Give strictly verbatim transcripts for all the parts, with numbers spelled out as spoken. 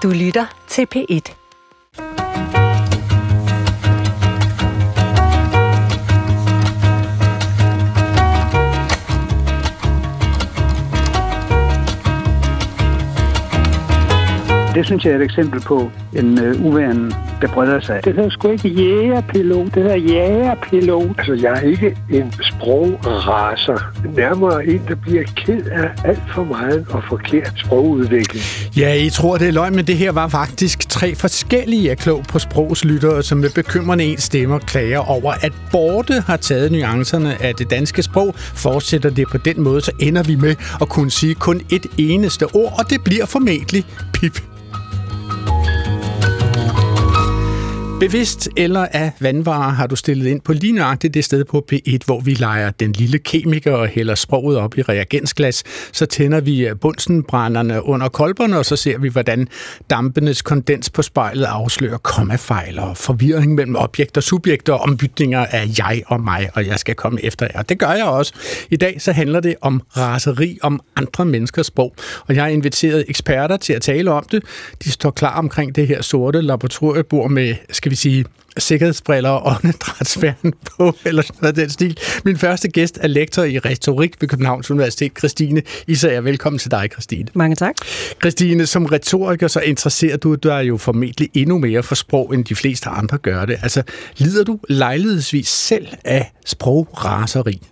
Du lytter til P et. Det synes jeg er et eksempel på en uh, uvane, der breder sig. Det hedder sgu ikke jægerpilot, det hedder jægerpilot. Altså, jeg er ikke en sprograser. Nærmere en, der bliver ked af alt for meget og forkert sprogudvikling. Ja, I tror, det er løgn, men det her var faktisk tre forskellige er klog på sprogslyttere, som med bekymrende en stemmer klager over, at Borte har taget nuancerne af det danske sprog. Fortsætter det på den måde, så ender vi med at kunne sige kun et eneste ord, og det bliver formentlig pip. Bevidst eller af vandvarer har du stillet ind på lige nøjagtigt det sted på P et, hvor vi leger den lille kemiker og hælder sproget op i reagensglas. Så tænder vi bunsenbrænderne under kolberne, og så ser vi, hvordan dampenes kondens på spejlet afslører kommafejl og forvirring mellem objekter, subjekter og ombytninger af jeg og mig, og jeg skal komme efter jer. Det gør jeg også. I dag så handler det om raseri, om andre menneskers sprog, og jeg har inviteret eksperter til at tale om det. De står klar omkring det her sorte laboratoriebord med, skal vi sige, sikkerhedsbriller og åndedrætsfærden på, eller sådan noget den stil. Min første gæst er lektor i retorik ved Københavns Universitet, Christine Isager. Velkommen til dig, Christine. Mange tak. Christine, som retoriker, så interesserer du dig jo formentlig endnu mere for sprog, end de fleste andre gør det. Altså, lider du lejlighedsvis selv af sprograseri?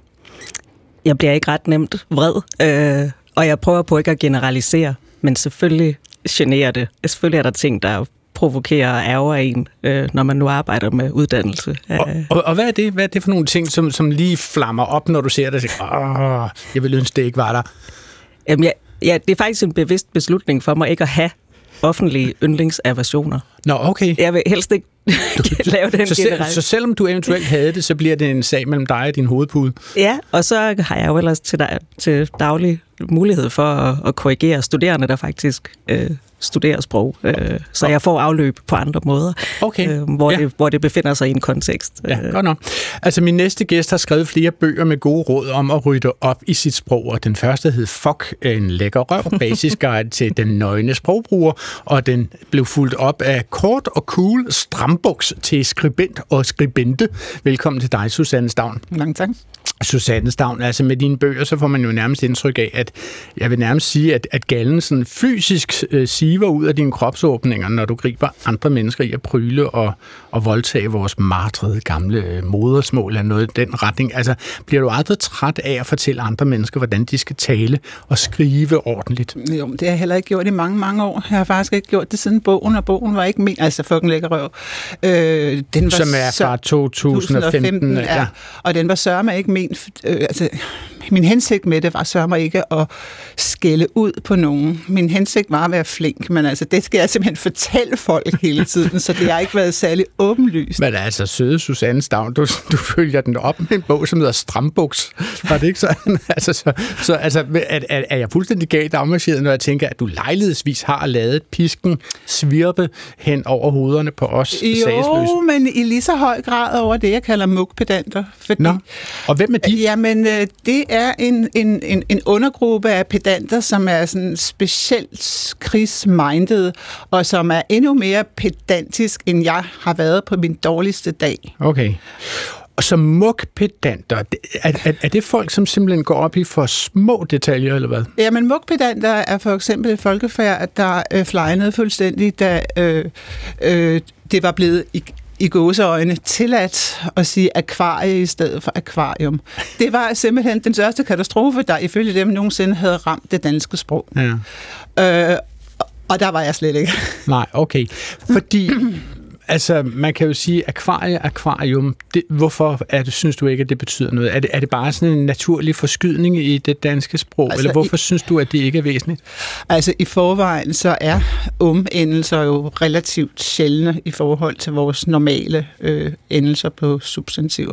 Jeg bliver ikke ret nemt vred, øh, og jeg prøver på ikke at generalisere, men selvfølgelig generer det. Selvfølgelig er der ting, der provokerer og ærger en, øh, når man nu arbejder med uddannelse. Og, og, og hvad er det? Hvad er det for nogle ting, som, som lige flammer op, når du ser det og siger, åh, jeg vil ønske, det ikke var der? Jamen, ja, ja, det er faktisk en bevidst beslutning for mig ikke at have offentlige yndlingsaversioner. Nå, okay. Jeg vil helst ikke lave den så, generelt. Så selvom du eventuelt havde det, så bliver det en sag mellem dig og din hovedpude? Ja, og så har jeg jo ellers til, dig, til daglig mulighed for at, at korrigere studerende, der faktisk øh, studerer sprog. Øh, så jeg får afløb på andre måder, okay. øh, hvor, ja. det, hvor det befinder sig i en kontekst. Ja, godt nok. Altså, min næste gæst har skrevet flere bøger med gode råd om at rydde op i sit sprog, og den første hed Fuck, en lækker røv, basisguide til den nøgne sprogbruger, og den blev fulgt op af Kort og Cool Strambuks til skribent og skribente. Velkommen til dig, Susanne Stavn. Mange tak. Susanne Stavn, altså med dine bøger, så får man jo nærmest indtryk af, at jeg vil nærmest sige, at, at gallen sådan fysisk øh, siver ud af dine kropsåbninger, når du griber andre mennesker i at pryle og, og voldtage vores martrede gamle øh, modersmål eller noget i den retning. Altså, bliver du aldrig træt af at fortælle andre mennesker, hvordan de skal tale og skrive ordentligt? Jo, det har jeg heller ikke gjort i mange, mange år. Jeg har faktisk ikke gjort det siden bogen, og bogen var ikke min, altså fucking lækker røv. Øh, den var Som er fra to tusind og femten. Ja. Ja. Og den var sørme ikke min. Øh, altså, min hensigt med det var sørme ikke at skælde ud på nogen. Min hensigt var at være flink, men altså, det skal jeg simpelthen fortælle folk hele tiden, så det har ikke været særlig åbenlyst. Men altså, søde Susanne Stavn, du, du følger den op med en bog, som hedder Strambuks. Var det ikke sådan? altså, så, så altså, er, er, er jeg fuldstændig galt afmarcheret, når jeg tænker, at du lejlighedsvis har lavet pisken svirpe hen over hovederne på os sagsløse? Jo, men i lige så høj grad over det, jeg kalder mugpedanter. Fordi, Nå, og hvem er de? Jamen, det er en, en, en, en undergruppe af pedanter, som er sådan specielt krigsminded, og som er endnu mere pedantisk, end jeg har været på min dårligste dag. Okay. Og så mugpedanter, er, er, er det folk, som simpelthen går op i for små detaljer, eller hvad? Jamen, mugpedanter er for eksempel et folkefærd, der øh, flegnede fuldstændig, da øh, øh, det var blevet i i gåseøjne tilladt at sige akvarie i stedet for akvarium. Det var simpelthen den største katastrofe, der ifølge dem nogensinde havde ramt det danske sprog. Ja. Øh, og der var jeg slet ikke. Nej, okay. Fordi, altså, man kan jo sige, akvarie, akvarium, det, hvorfor er det, synes du ikke, at det betyder noget? Er det, er det bare sådan en naturlig forskydning i det danske sprog, altså, eller hvorfor i, synes du, at det ikke er væsentligt? Altså, i forvejen så er umendelser jo relativt sjældne i forhold til vores normale øh, endelser på substantiver.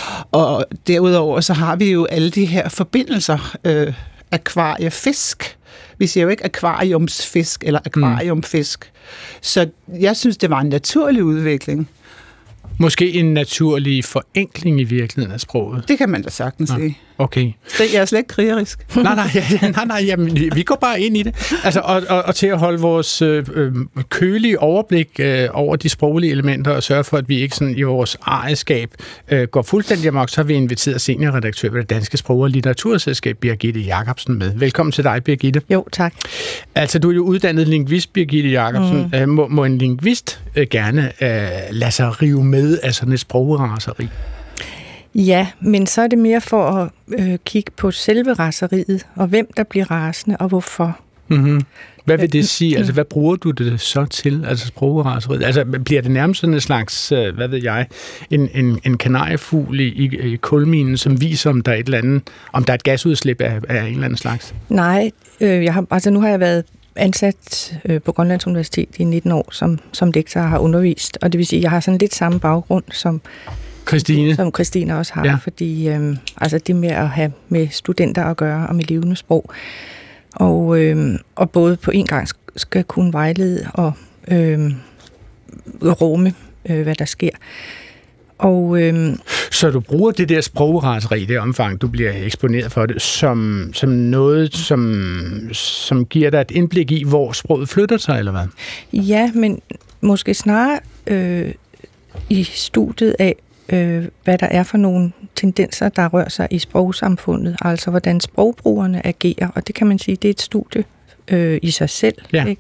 Og derudover så har vi jo alle de her forbindelser, øh, akvariefisk. Vi siger jo ikke akvariumsfisk eller akvariumfisk. Mm. Så jeg synes, det var en naturlig udvikling. Måske en naturlig forenkling i virkeligheden af sproget. Det kan man da sagtens sige. Okay. Så jeg er slet ikke krigerisk. nej, nej, ja, nej, nej, jamen, vi går bare ind i det. Altså, og, og, og til at holde vores øh, kølige overblik øh, over de sproglige elementer og sørge for, at vi ikke sådan i vores ejerskab øh, går fuldstændig amok, så har vi inviteret seniorredaktør ved det Danske Sprog- og Litteraturselskab, Birgitte Jacobsen, med. Velkommen til dig, Birgitte. Jo, tak. Altså, du er jo uddannet lingvist, Birgitte Jacobsen. Mm. Må, må en lingvist øh, gerne øh, lade sig rive med af sådan et sprograseri? Ja, men så er det mere for at øh, kigge på selve raseriet, og hvem der bliver rasende, og hvorfor. Mm-hmm. Hvad vil det sige? Altså, hvad bruger du det så til, altså sprograseriet? Altså, bliver det nærmest sådan en slags, hvad ved jeg, en, en, en kanariefugl i, i kulminen, som viser, om der er et eller andet, om der er et gasudslip af, af en eller anden slags? Nej, øh, jeg har, altså nu har jeg været ansat øh, på Grønlands Universitet i nitten år, som, som lektor har undervist, og det vil sige, at jeg har sådan lidt samme baggrund, som Christine. Som Christine også har, ja. fordi øh, altså det med at have med studenter at gøre, og med levende sprog, og, øh, og både på en gang skal kunne vejlede og øh, rumme, øh, hvad der sker. Og, øh, så du bruger det der sprograseri i det omfang, du bliver eksponeret for det, som, som noget, som, som giver dig et indblik i, hvor sproget flytter sig, eller hvad? Ja, men måske snarere øh, i studiet af, øh, hvad der er for nogle tendenser, der rører sig i sprogsamfundet, altså hvordan sprogbrugerne agerer, og det kan man sige, det er et studie øh, i sig selv, ja. ikke?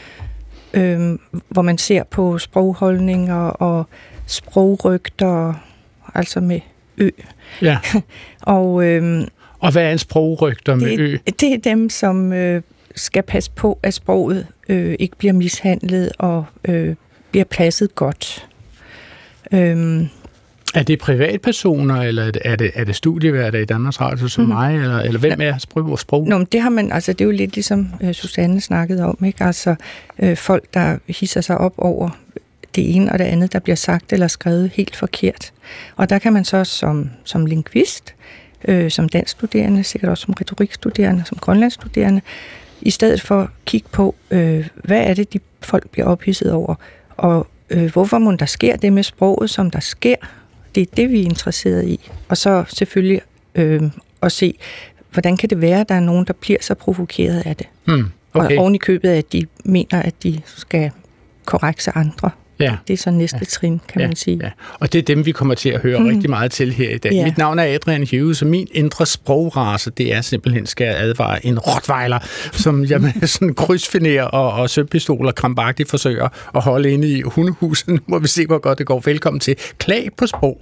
Øh, hvor man ser på sprogholdninger og sprogrygter, altså med ø. Ja. og, øh, og hvad er en sprogrygter med det, ø? Det er dem, som øh, skal passe på, at sproget øh, ikke bliver mishandlet og øh, bliver passet godt. Øhm, Er det privatpersoner, eller er det, er det studieværter i Danmarks Radio som mm-hmm. mig, eller, eller hvem er sprog? sprog? Nå, men det har man, altså det er jo lidt ligesom øh, Susanne snakkede om, ikke? Altså øh, folk, der hisser sig op over det ene og det andet, der bliver sagt eller skrevet helt forkert. Og der kan man så som, som lingvist, øh, som danskstuderende, sikkert også som retorikstuderende, som grønlandsstuderende, i stedet for kigge på, øh, hvad er det, de folk bliver ophidset over, og øh, hvorfor må der sker det med sproget, som der sker. Det er det, vi er interesseret i. Og så selvfølgelig øh, at se, hvordan kan det være, at der er nogen, der bliver så provokeret af det. Hmm, okay. Og oven i købet, at de mener, at de skal korrekse andre. Ja. Det er så næste ja. trin, kan ja. man sige. Ja. Og det er dem, vi kommer til at høre hmm. rigtig meget til her i dag. Ja. Mit navn er Adrian Hughes, og min indre sprograce, det er simpelthen, skal jeg advare, en rottweiler, som jeg med sådan krydsfiner og, og sømpistoler krampagtigt forsøger at holde inde i hundehuset. Nu må vi se, hvor godt det går. Velkommen til Klag på Sprog.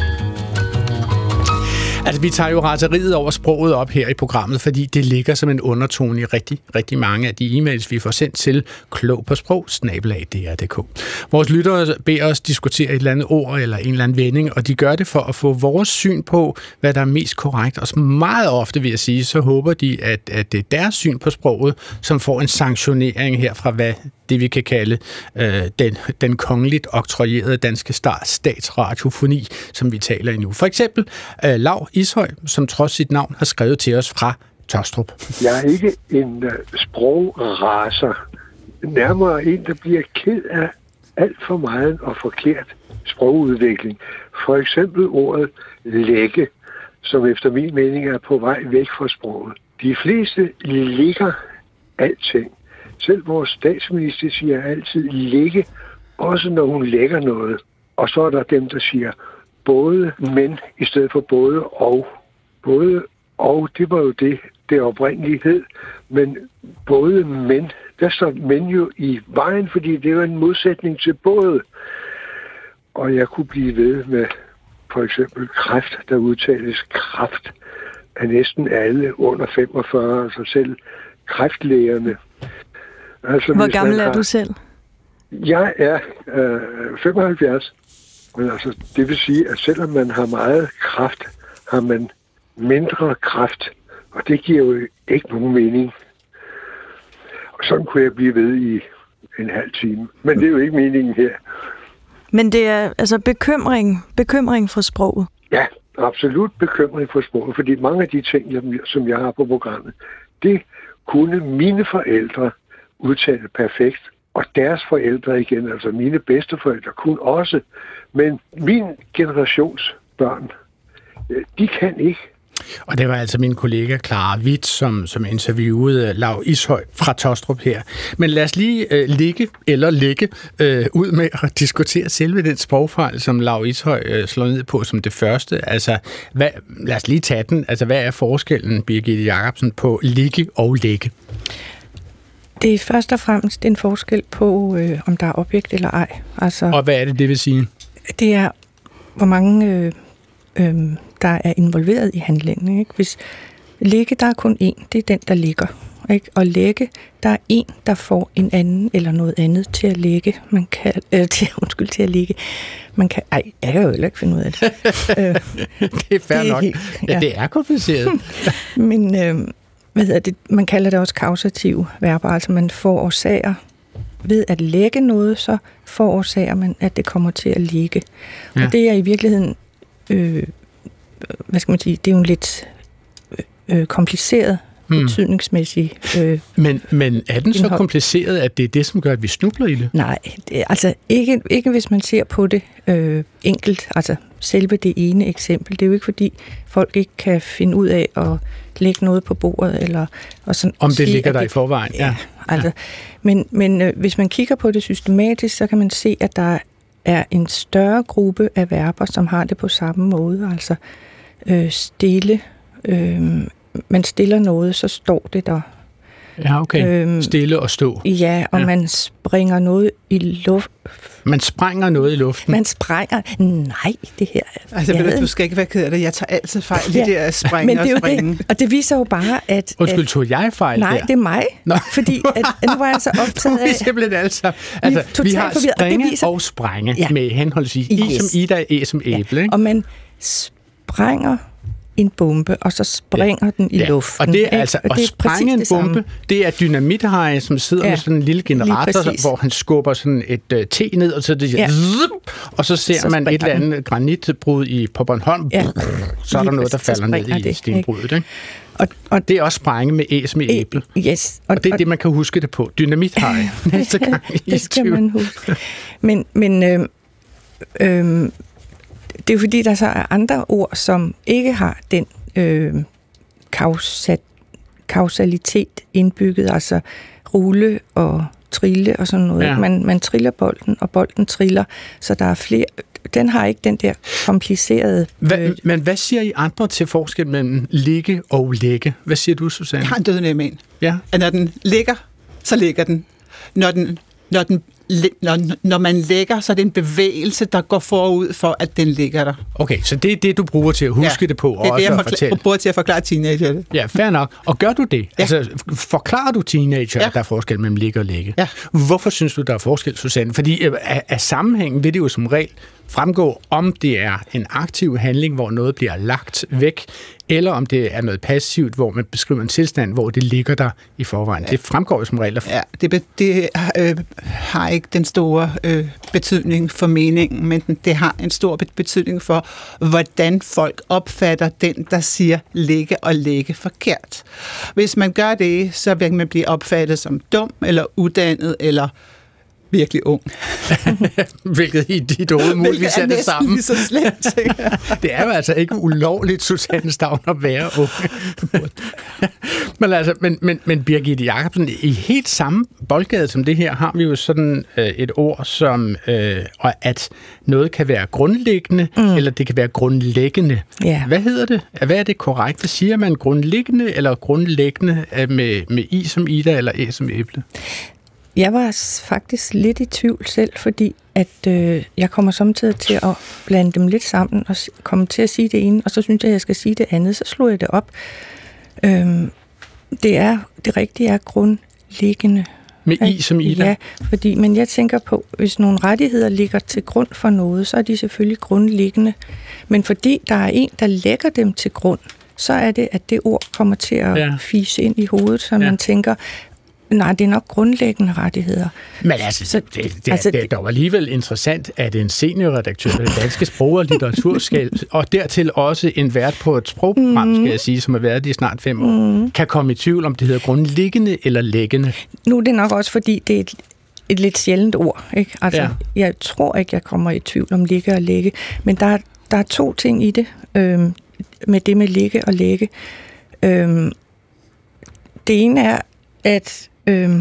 Altså, vi tager jo raseriet over sproget op her i programmet, fordi det ligger som en undertone i rigtig, rigtig mange af de e-mails, vi får sendt til klog på sprog snabel-a d r punktum d k. Vores lyttere beder os diskutere et eller andet ord eller en eller anden vending, og de gør det for at få vores syn på, hvad der er mest korrekt. Og meget ofte, vil jeg sige, så håber de, at, at det er deres syn på sproget, som får en sanktionering her fra, hvad det vi kan kalde øh, den, den kongeligt oktroyerede danske statsradiofoni, som vi taler i nu. For eksempel øh, Lav Ishøj, som trods sit navn har skrevet til os fra Tørstrup. Jeg er ikke en uh, sprograser. Nærmere en, der bliver ked af alt for meget og forkert sprogudvikling. For eksempel ordet lægge, som efter min mening er på vej væk fra sproget. De fleste lægger alting. Selv vores statsminister siger altid lægge, også når hun lægger noget. Og så er der dem, der siger både men i stedet for både og. Både og, det var jo det, det oprindelige hed. Men både men, der står men jo i vejen, fordi det er jo en modsætning til både. Og jeg kunne blive ved med for eksempel kræft, der udtales kræft af næsten alle under femogfyrre, altså selv kræftlægerne. Altså, hvor gammel har... er du selv? Jeg er øh, femoghalvfjerds. Men altså, det vil sige, at selvom man har meget kræft, har man mindre kræft. Og det giver jo ikke nogen mening. Og sådan kunne jeg blive ved i en halv time. Men det er jo ikke meningen her. Men det er altså bekymring, bekymring for sproget? Ja, absolut bekymring for sproget. Fordi mange af de ting, som jeg har på programmet, det kunne mine forældre udtale perfekt. Og deres forældre igen, altså mine bedsteforældre, kunne også. Men min generations børn, de kan ikke. Og det var altså min kollega Clara Witt, som, som interviewede Lau Ishøj fra Taastrup her. Men lad os lige øh, ligge eller lægge øh, ud med at diskutere selve den sprogfejl, som Lau Ishøj øh, slår ned på som det første. Altså, hvad, lad os lige tage den. Altså, hvad er forskellen, Birgitte Jacobsen, på ligge og lægge? Det er først og fremmest en forskel på, øh, om der er objekt eller ej. Altså, og hvad er det, det vil sige? Det er, hvor mange øh, øh, der er involveret i handlingen. Ikke? Hvis ligge, der er kun én, det er den, der ligger. Ikke? Og lægge, der er en, der får en anden eller noget andet til at lægge. Man kan, øh, til, undskyld, til at ligge. Man kan, ej, jeg kan jo heller ikke finde ud af det. øh, det er fair det er nok. Helt, ja. ja, det er kompliceret. Men øh, hvad hedder det? Man kalder det også kausative verber, altså man forårsager ved at lægge noget, så forårsager man, at det kommer til at ligge. Ja. Og det er i virkeligheden, øh, hvad skal man sige, det er jo en lidt øh, kompliceret hmm. betydningsmæssig øh, men, men er den indhold. Så kompliceret, at det er det, som gør, at vi snubler i det? Nej, det, altså ikke, ikke hvis man ser på det øh, enkelt, altså selve det ene eksempel. Det er jo ikke fordi, folk ikke kan finde ud af at lægge noget på bordet, eller og sådan om det sige, ligger der det, i forvejen. Ja, altså, ja. Men, men øh, hvis man kigger på det systematisk, så kan man se, at der er en større gruppe af verber, som har det på samme måde. Altså øh, stille. Øh, man stiller noget, så står det der. Ja, okay. Øhm, stille og stå. Ja, og ja. Man springer noget i luft. Man sprænger noget i luften. Man sprænger. Nej, det her. Altså, ved, du skal ikke være ked af det. Jeg tager altid fejl i ja. det der springe og springe. Det, og det viser jo bare, at... Undskyld, tog jeg fejl nej, der? Nej, det er mig. Nå. Fordi at, at nu var jeg så optaget af... Vi er simpelthen altså... Altså, vi, vi har springe og, viser, og sprænge ja. med henholdsvis yes. I som Ida, E som æble. Ja. Og man sprænger en bombe, og så springer ja. den i ja. luften. Og det er altså og at det sprænge en bombe, det, det er Dynamit-Harry, som sidder ja. med sådan en lille generator, hvor han skubber sådan et uh, te ned, og så det ja. zip, og så ser så man et eller andet granitbrud i på Bornholm, ja. så er der noget, der falder ned i stenbruddet. Ikke? Og, og det er også sprænge med æ som i æble. Yes. Og, og det er og, det, man kan huske det på. Dynamit-Harry. Næste gang i det skal man huske. Men, men øh, øh, det er fordi, der så er andre ord, som ikke har den øh, kausat, kausalitet indbygget, altså rulle og trille og sådan noget. Ja. Man, man triller bolden, og bolden triller, så der er flere. Den har ikke den der komplicerede... Hva, øh, men hvad siger I andre til forskel mellem ligge og lægge? Hvad siger du, Susanne? Jeg har en dødende men. Ja. At når den ligger, så ligger den. Når den... Når den Når, når man lægger, så er det en bevægelse, der går forud for, at den ligger der. Okay, så det er det, du bruger til at huske ja, det på, og det er også det, jeg at fortælle. Jeg bruger til at forklare teenager det. Ja, fair nok. Og gør du det? Ja. Altså, forklarer du teenager, ja. at der er forskel mellem ligge og lægge? Ja. Hvorfor synes du, der er forskel, Susanne? Fordi af, af sammenhængen vil det jo som regel fremgå, om det er en aktiv handling, hvor noget bliver lagt væk, eller om det er noget passivt, hvor man beskriver en tilstand, hvor det ligger der i forvejen. Ja. Det fremgår jo som regel. Ja, det, det øh, har ikke den store øh, betydning for meningen, men det har en stor betydning for, hvordan folk opfatter den, der siger ligge og lægge forkert. Hvis man gør det, så vil man blive opfattet som dum, eller uddannet, eller virkelig ung. Hvilket i dit hoved muligvis er det samme. Lige så slemt. Det er jo altså ikke ulovligt, Susanne Stavn, at være ung. men, altså, men, men, men Birgitte Jacobsen, i helt samme boldgade som det her, har vi jo sådan øh, et ord som, øh, at noget kan være grundlæggende, mm. eller det kan være grundlæggende. Yeah. Hvad hedder det? Hvad er det korrekt? Hvad siger man? Grundlæggende eller grundlæggende med, med I som Ida eller Æ som æble? Jeg var faktisk lidt i tvivl selv, fordi at øh, jeg kommer samtidig til at blande dem lidt sammen og komme til at sige det ene, og så synes jeg, at jeg skal sige det andet. Så slog jeg det op. Øhm, det er det rigtige er grundlæggende. Med I som Ida? Ja, fordi, men jeg tænker på, hvis nogle rettigheder ligger til grund for noget, så er de selvfølgelig grundlæggende. Men fordi der er en, der lægger dem til grund, så er det, at det ord kommer til at ja. fise ind i hovedet, så ja. man tænker, nej, det er nok grundlæggende rettigheder. Men altså, så, det, det, altså, det, det var alligevel interessant, at en seniorredaktør af Danske Sprog- og Litteraturskab, og dertil også en vært på et sprogprogram, mm. skal jeg sige, som har været det i snart fem år, mm. kan komme i tvivl om, det hedder grundlæggende eller læggende. Nu er det nok også, fordi det er et, et lidt sjældent ord. Ikke? Altså, ja. Jeg tror ikke, jeg kommer i tvivl om ligge og lægge, men der er, der er to ting i det. Øhm, med det med ligge og lægge. Øhm, det ene er, at... Øhm,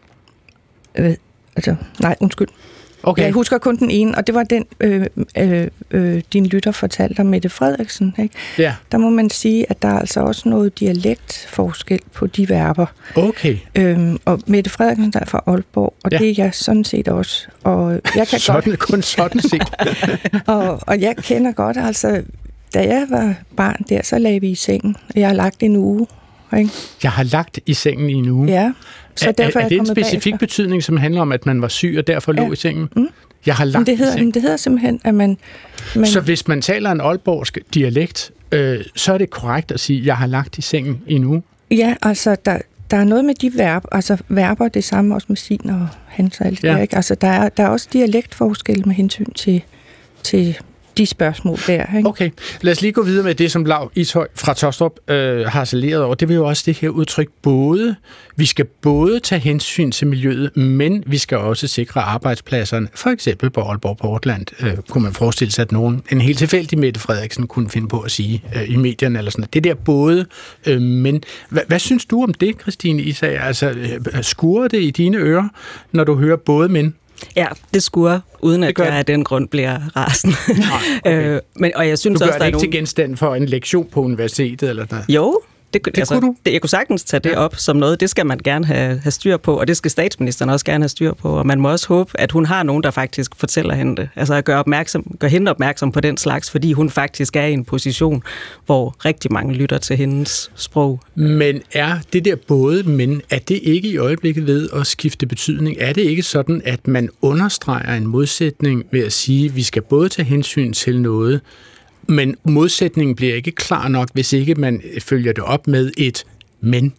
øh, altså, nej, undskyld. Okay. Jeg husker kun den ene, og det var den, øh, øh, øh, din lytter fortalte om Mette Frederiksen. Ikke? Ja. Der må man sige, at der er altså også noget dialektforskel på de verber. Okay. Øhm, og Mette Frederiksen er fra Aalborg, og ja. det er jeg sådan set også. Og jeg kan sådan, godt, kun sådan set. og, og jeg kender godt, altså, da jeg var barn der, så lagde vi i sengen. Jeg har lagt en uge. Ikke? Jeg har lagt i sengen i en uge. Ja. Så er, derfor er, er det en specifik bagefter. betydning, som handler om, at man var syg og derfor ja. lå i sengen? Mm. Jeg har lagt men det hedder, i sengen. Men det hedder simpelthen, at man... man så hvis man taler en aalborgsk dialekt, øh, så er det korrekt at sige, at jeg har lagt i sengen i en uge? Ja, altså, der, der er noget med de verb, altså verber, det samme også med sin og hans og alt det, ja. ikke? Altså, der er, der er også dialektforskel med hensyn til, til de spørgsmål der, ikke? Okay, lad os lige gå videre med det, som Lau Ishøj fra Taastrup øh, har saleret over. Det vil jo også det her udtryk både, vi skal både tage hensyn til miljøet, men vi skal også sikre arbejdspladserne. For eksempel på Aalborg Portland øh, kunne man forestille sig, at nogen, en helt tilfældig Mette Frederiksen kunne finde på at sige øh, i medierne eller sådan noget. Det der både, øh, men. Hva, hvad synes du om det, Christine Isager? Altså, øh, skurer det i dine ører, når du hører både men? Ja, det skuer, uden at jeg af den grund bliver rasende. Okay. øh, men, og jeg synes du gør også, det ikke nogen... til genstand for en lektion på universitetet? Eller der? Jo, det, det altså, kunne du. Det, jeg kunne sagtens tage det op som noget. Det skal man gerne have, have styr på, og det skal statsministeren også gerne have styr på. Og man må også håbe, at hun har nogen, der faktisk fortæller hende det. Altså at gøre, opmærksom, gøre hende opmærksom på den slags, fordi hun faktisk er i en position, hvor rigtig mange lytter til hendes sprog. Men er det der både, men er det ikke i øjeblikket ved at skifte betydning? Er det ikke sådan, at man understreger en modsætning ved at sige, at vi skal både tage hensyn til noget, men modsætningen bliver ikke klar nok, hvis ikke man følger det op med et men?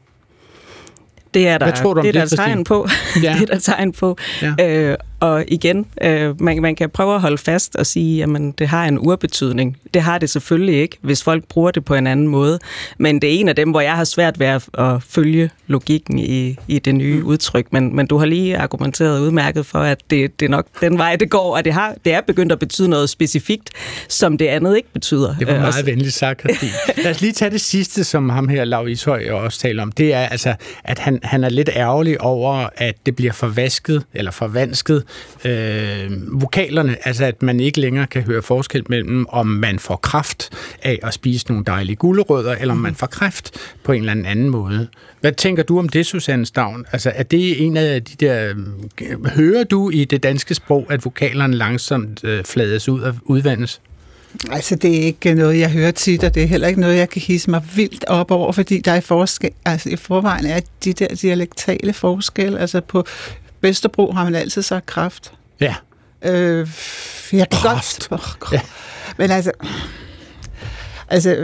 Det er der, Hvad tror du om det, er det, der tegn på. Ja. det er der tegn på. Ja. Øh, og igen, øh, man, man kan prøve at holde fast og sige, at det har en urbetydning. Det har det selvfølgelig ikke, hvis folk bruger det på en anden måde. Men det er en af dem, hvor jeg har svært ved at, at følge logikken i, i det nye udtryk. Men, men du har lige argumenteret udmærket for, at det, det er nok den vej, det går, og det, har, det er begyndt at betyde noget specifikt, som det andet ikke betyder. Det var meget også. venligt sagt, Christine. Lad os lige tage det sidste, som ham her, Lau Ishøj, også taler om. Det er altså, at han, han er lidt ærgerlig over, at det bliver forvasket, eller forvansket, øh, vokalerne, altså at man ikke længere kan høre forskel mellem, om man får kræft af at spise nogle dejlige gulerødder, eller om man får kræft på en eller anden måde. Hvad tænker du om det, Susanne Staun? Altså, er det en af de der... Hører du i det danske sprog, at vokalerne langsomt øh, flades ud og udvandes? Altså, det er ikke noget, jeg hører tit, og det er heller ikke noget, jeg kan hisse mig vildt op over, fordi der er forskel, altså i forvejen er de der dialektale forskel. Altså på Vesterbro har man altid sagt kraft. Ja. Øh, jeg kan kraft. godt... Oh, ja. Men altså... Altså...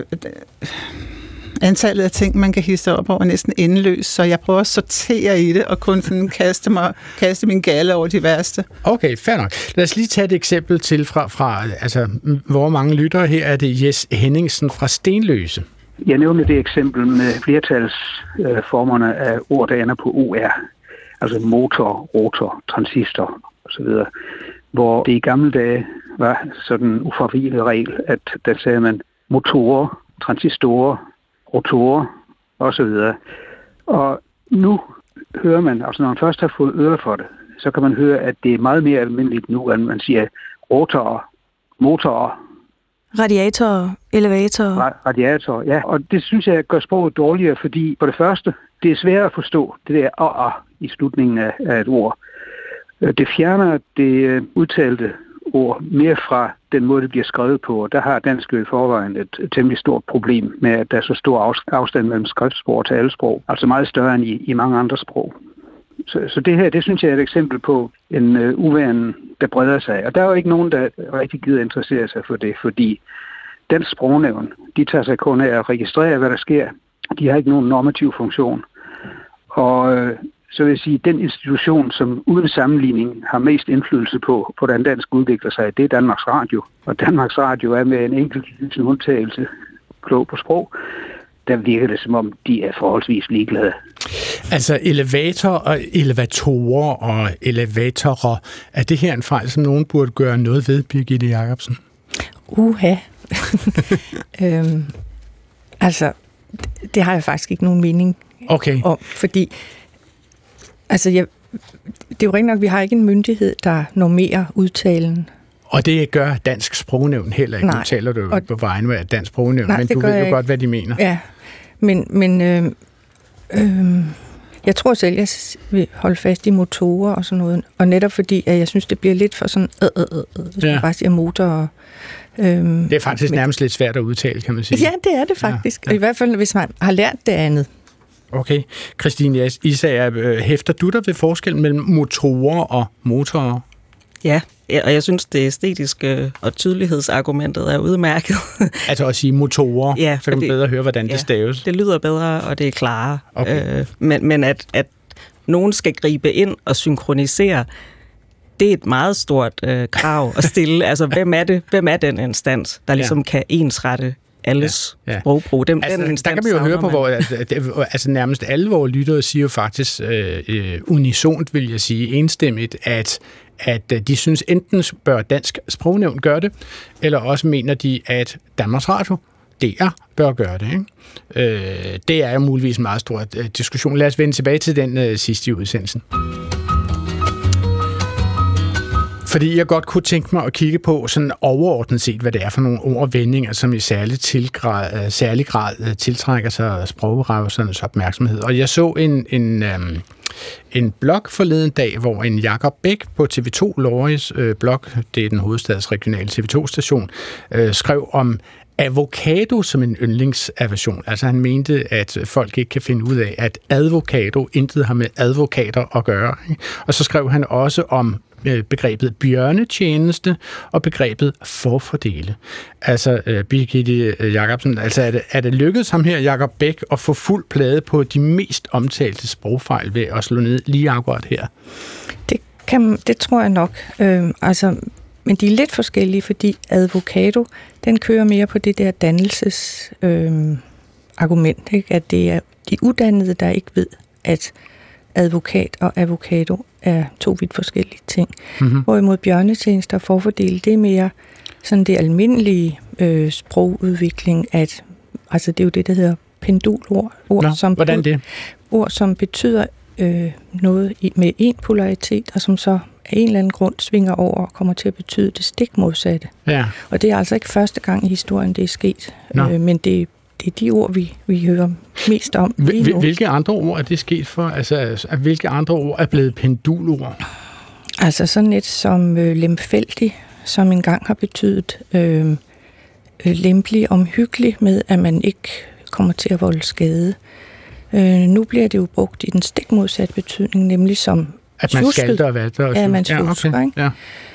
Antallet af ting, man kan hisse op over, er næsten endeløs, så jeg prøver at sortere i det, og kun sådan kaste, mig, kaste min galle over de værste. Okay, fair nok. Lad os lige tage et eksempel til fra, fra altså, hvor mange lyttere. Her er det Jes Henningsen fra Stenløse. Jeg nævnte det eksempel med flertalsformerne øh, af ord, der ender på O R, altså motor, rotor, transistor osv., hvor det i gamle dage var sådan en ufravigelig regel, at der sagde man motorer, transistorer, rotorer osv. Og nu hører man, altså når man først har fået øre for det, så kan man høre, at det er meget mere almindeligt nu, end man siger rotorer, motorer. Radiatorer, elevatorer. Ra- radiatorer, ja. Og det synes jeg gør sproget dårligere, fordi for det første, det er svært at forstå, det der a i slutningen af, af et ord. Det fjerner det udtalte ord mere fra den måde, det bliver skrevet på. Og der har dansk i forvejen et, et temmelig stort problem med, at der er så stor afstand mellem skriftsprog og talesprog. Altså meget større end i, i mange andre sprog. Så, så det her, det synes jeg er et eksempel på en uh, uvane, der breder sig. Og der er jo ikke nogen, der rigtig gider interessere sig for det, fordi Dansk Sprognævn, de tager sig kun af at registrere, hvad der sker. De har ikke nogen normativ funktion. Og uh, så vil jeg sige, at den institution, som uden sammenligning har mest indflydelse på, hvordan dansk udvikler sig, det er Danmarks Radio. Og Danmarks Radio er med en enkelt undtagelse klog på sprog. Der virker det, som om de er forholdsvis ligeglade. Altså elevator og elevatorer og elevatorer, er det her en fejl, som nogen burde gøre noget ved, Birgitte Jacobsen? Uha, øhm, altså, det har jeg faktisk ikke nogen mening okay. om, fordi altså, jeg, det er jo rent nok, vi har ikke en myndighed, der normerer udtalen. Og det gør Dansk Sprognævn heller ikke. Nej. Nu taler du og, på vegne af Dansk Sprognævn, nej, men du ved jo godt, hvad de mener. Ja, men, men øh, øh, jeg tror selv, jeg vil holde fast i motorer og sådan noget, og netop fordi, at jeg synes, det bliver lidt for sådan, øh, øh, øh, hvis ja. man bare siger motor. Og, øh, det er faktisk men, nærmest lidt svært at udtale, kan man sige. Ja, det er det faktisk. Ja, ja. I hvert fald, hvis man har lært det andet. Okay. Christine Isager, hæfter du dig ved forskellen mellem motorer og motorer? Ja, og jeg synes, det æstetiske og tydelighedsargumentet er udmærket. Altså at sige motorer, ja, så kan man bedre høre, hvordan ja, det staves. Det lyder bedre, og det er klarere. Okay. Øh, men men at, at nogen skal gribe ind og synkronisere, det er et meget stort øh, krav at stille. Altså, hvem er det? Hvem er den instans, der ligesom ja. kan ensrette alles ja, ja. sprogbrug? Den, altså, den instans, der kan man jo høre på, hvor altså, altså nærmest alle vores lyttere siger jo faktisk øh, unisont, vil jeg sige, enstemmigt, at at de synes enten bør Dansk Sprognævn gøre det, eller også mener de, at Danmarks Radio, D R, bør gøre det. Ikke? Øh, det er jo muligvis en meget stor diskussion. Lad os vende tilbage til den øh, sidste i udsendelsen. Fordi jeg godt kunne tænke mig at kigge på sådan overordnet set, hvad det er for nogle ord og vendinger, som i særlig, tilgrad, særlig grad tiltrækker sig sprogrevsernes opmærksomhed. Og jeg så en, en, øhm, en blog forleden dag, hvor en Jakob Bæk på T V to Loris øh, blog, det er den hovedstadsregionale T V to-station, øh, skrev om avocado som en yndlingsaversion. Altså han mente, at folk ikke kan finde ud af, at advocado intet har med advokater at gøre. Ikke? Og så skrev han også om begrebet bjørnetjeneste og begrebet forfordele. Altså, uh, Birgitte Jacobsen, altså er det, er det lykkedes ham her, Jakob Bæk, at få fuld plade på de mest omtalte sprogfejl ved at slå ned lige akkurat her? Det, kan, det tror jeg nok. Øh, altså, men de er lidt forskellige, fordi advocado, den kører mere på det der dannelses øh, argument, ikke? At det er de uddannede, der ikke ved, at advokat og avocado er to vidt forskellige ting. Mm-hmm. Hvorimod bjørnetjenester og forfordele, det er mere sådan det almindelige øh, sprogudvikling, at altså det er jo det, der hedder pendulord. Ord, Nå, som hvordan det? Ord, som betyder øh, noget i, med en polaritet, og som så af en eller anden grund svinger over og kommer til at betyde det stik modsatte. Ja. Og det er altså ikke første gang i historien, det er sket. Øh, men det Det er de ord, vi, vi hører mest om lige nu. Hvilke andre ord er det sket for? Altså, hvilke andre ord er blevet pendulord? Altså sådan et som øh, lemfældig, som engang har betydet øh, øh, lempelig, omhyggelig med, at man ikke kommer til at volde skade. Øh, nu bliver det jo brugt i den stik modsatte betydning, nemlig som at man skalter og vatter. Ja, man slusker, ja, okay. Ikke? Ja.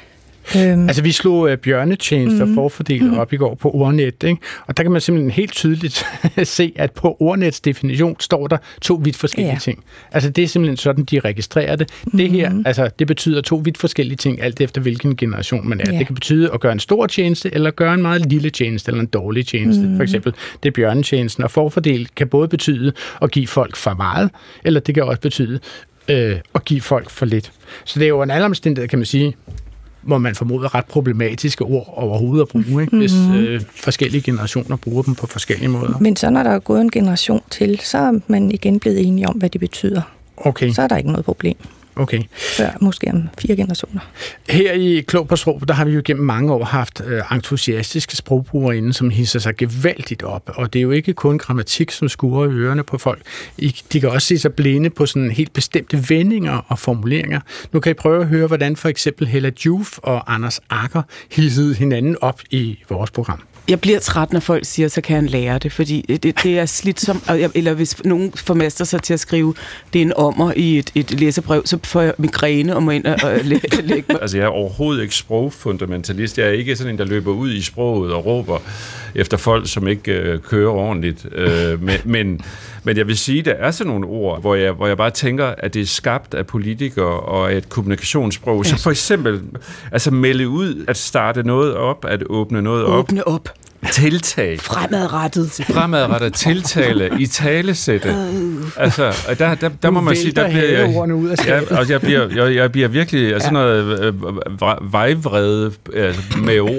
Øhm. Altså, vi slog uh, bjørnetjenester mm. forfordelt mm. op i går på Ordnet, ikke? Og der kan man simpelthen helt tydeligt se, at på Ordnets definition står der to vidt forskellige ja. ting. Altså, det er simpelthen sådan, de registrerer det. Mm. Det her, altså, det betyder to vidt forskellige ting, alt efter hvilken generation man er. Ja. Det kan betyde at gøre en stor tjeneste, eller gøre en meget lille tjeneste, eller en dårlig tjeneste. Mm. For eksempel, det er bjørnetjenesten, og forfordel kan både betyde at give folk for meget, eller det kan også betyde øh, at give folk for lidt. Så det er jo en anden omstændighed, kan man sige, hvor man formoder ret problematiske ord overhovedet at bruge, ikke? Hvis mm-hmm. øh, forskellige generationer bruger dem på forskellige måder. Men så når der er gået en generation til, så er man igen blevet enige om, hvad det betyder. Okay. Så er der ikke noget problem. Okay. Før måske om fire generationer. Her i Klog på Sprog, der har vi jo gennem mange år haft øh, entusiastiske sprogbrugere inde, som hisser sig gevaldigt op. Og det er jo ikke kun grammatik, som skurer i ørerne på folk. I, de kan også se sig blinde på sådan helt bestemte vendinger og formuleringer. Nu kan I prøve at høre, hvordan for eksempel Hella Juf og Anders Agger hissede hinanden op i vores program. Jeg bliver træt, når folk siger, så kan han lære det, fordi det, det er slidsomt, eller hvis nogen formaster sig til at skrive, det er en ommer i et, et læserbrev, så får jeg migræne og må ind og, og lægge læg mig. Altså, jeg er overhovedet ikke sprogfundamentalist. Jeg er ikke sådan en, der løber ud i sproget og råber efter folk, som ikke øh, kører ordentligt. Øh, men, men, men jeg vil sige, der er sådan nogle ord, hvor jeg, hvor jeg bare tænker, at det er skabt af politikere og et kommunikationssprog. Så for eksempel, altså melde ud, at starte noget op, at åbne noget op. Åbne op. Tiltag. Fremadrettet. Fremadrettet tiltale. I talesætte. Altså, der, der, der må man sige, der bliver jeg, ud af ja, og jeg bliver, jeg, jeg bliver virkelig ja. sådan noget øh, vejvrede altså, med ord.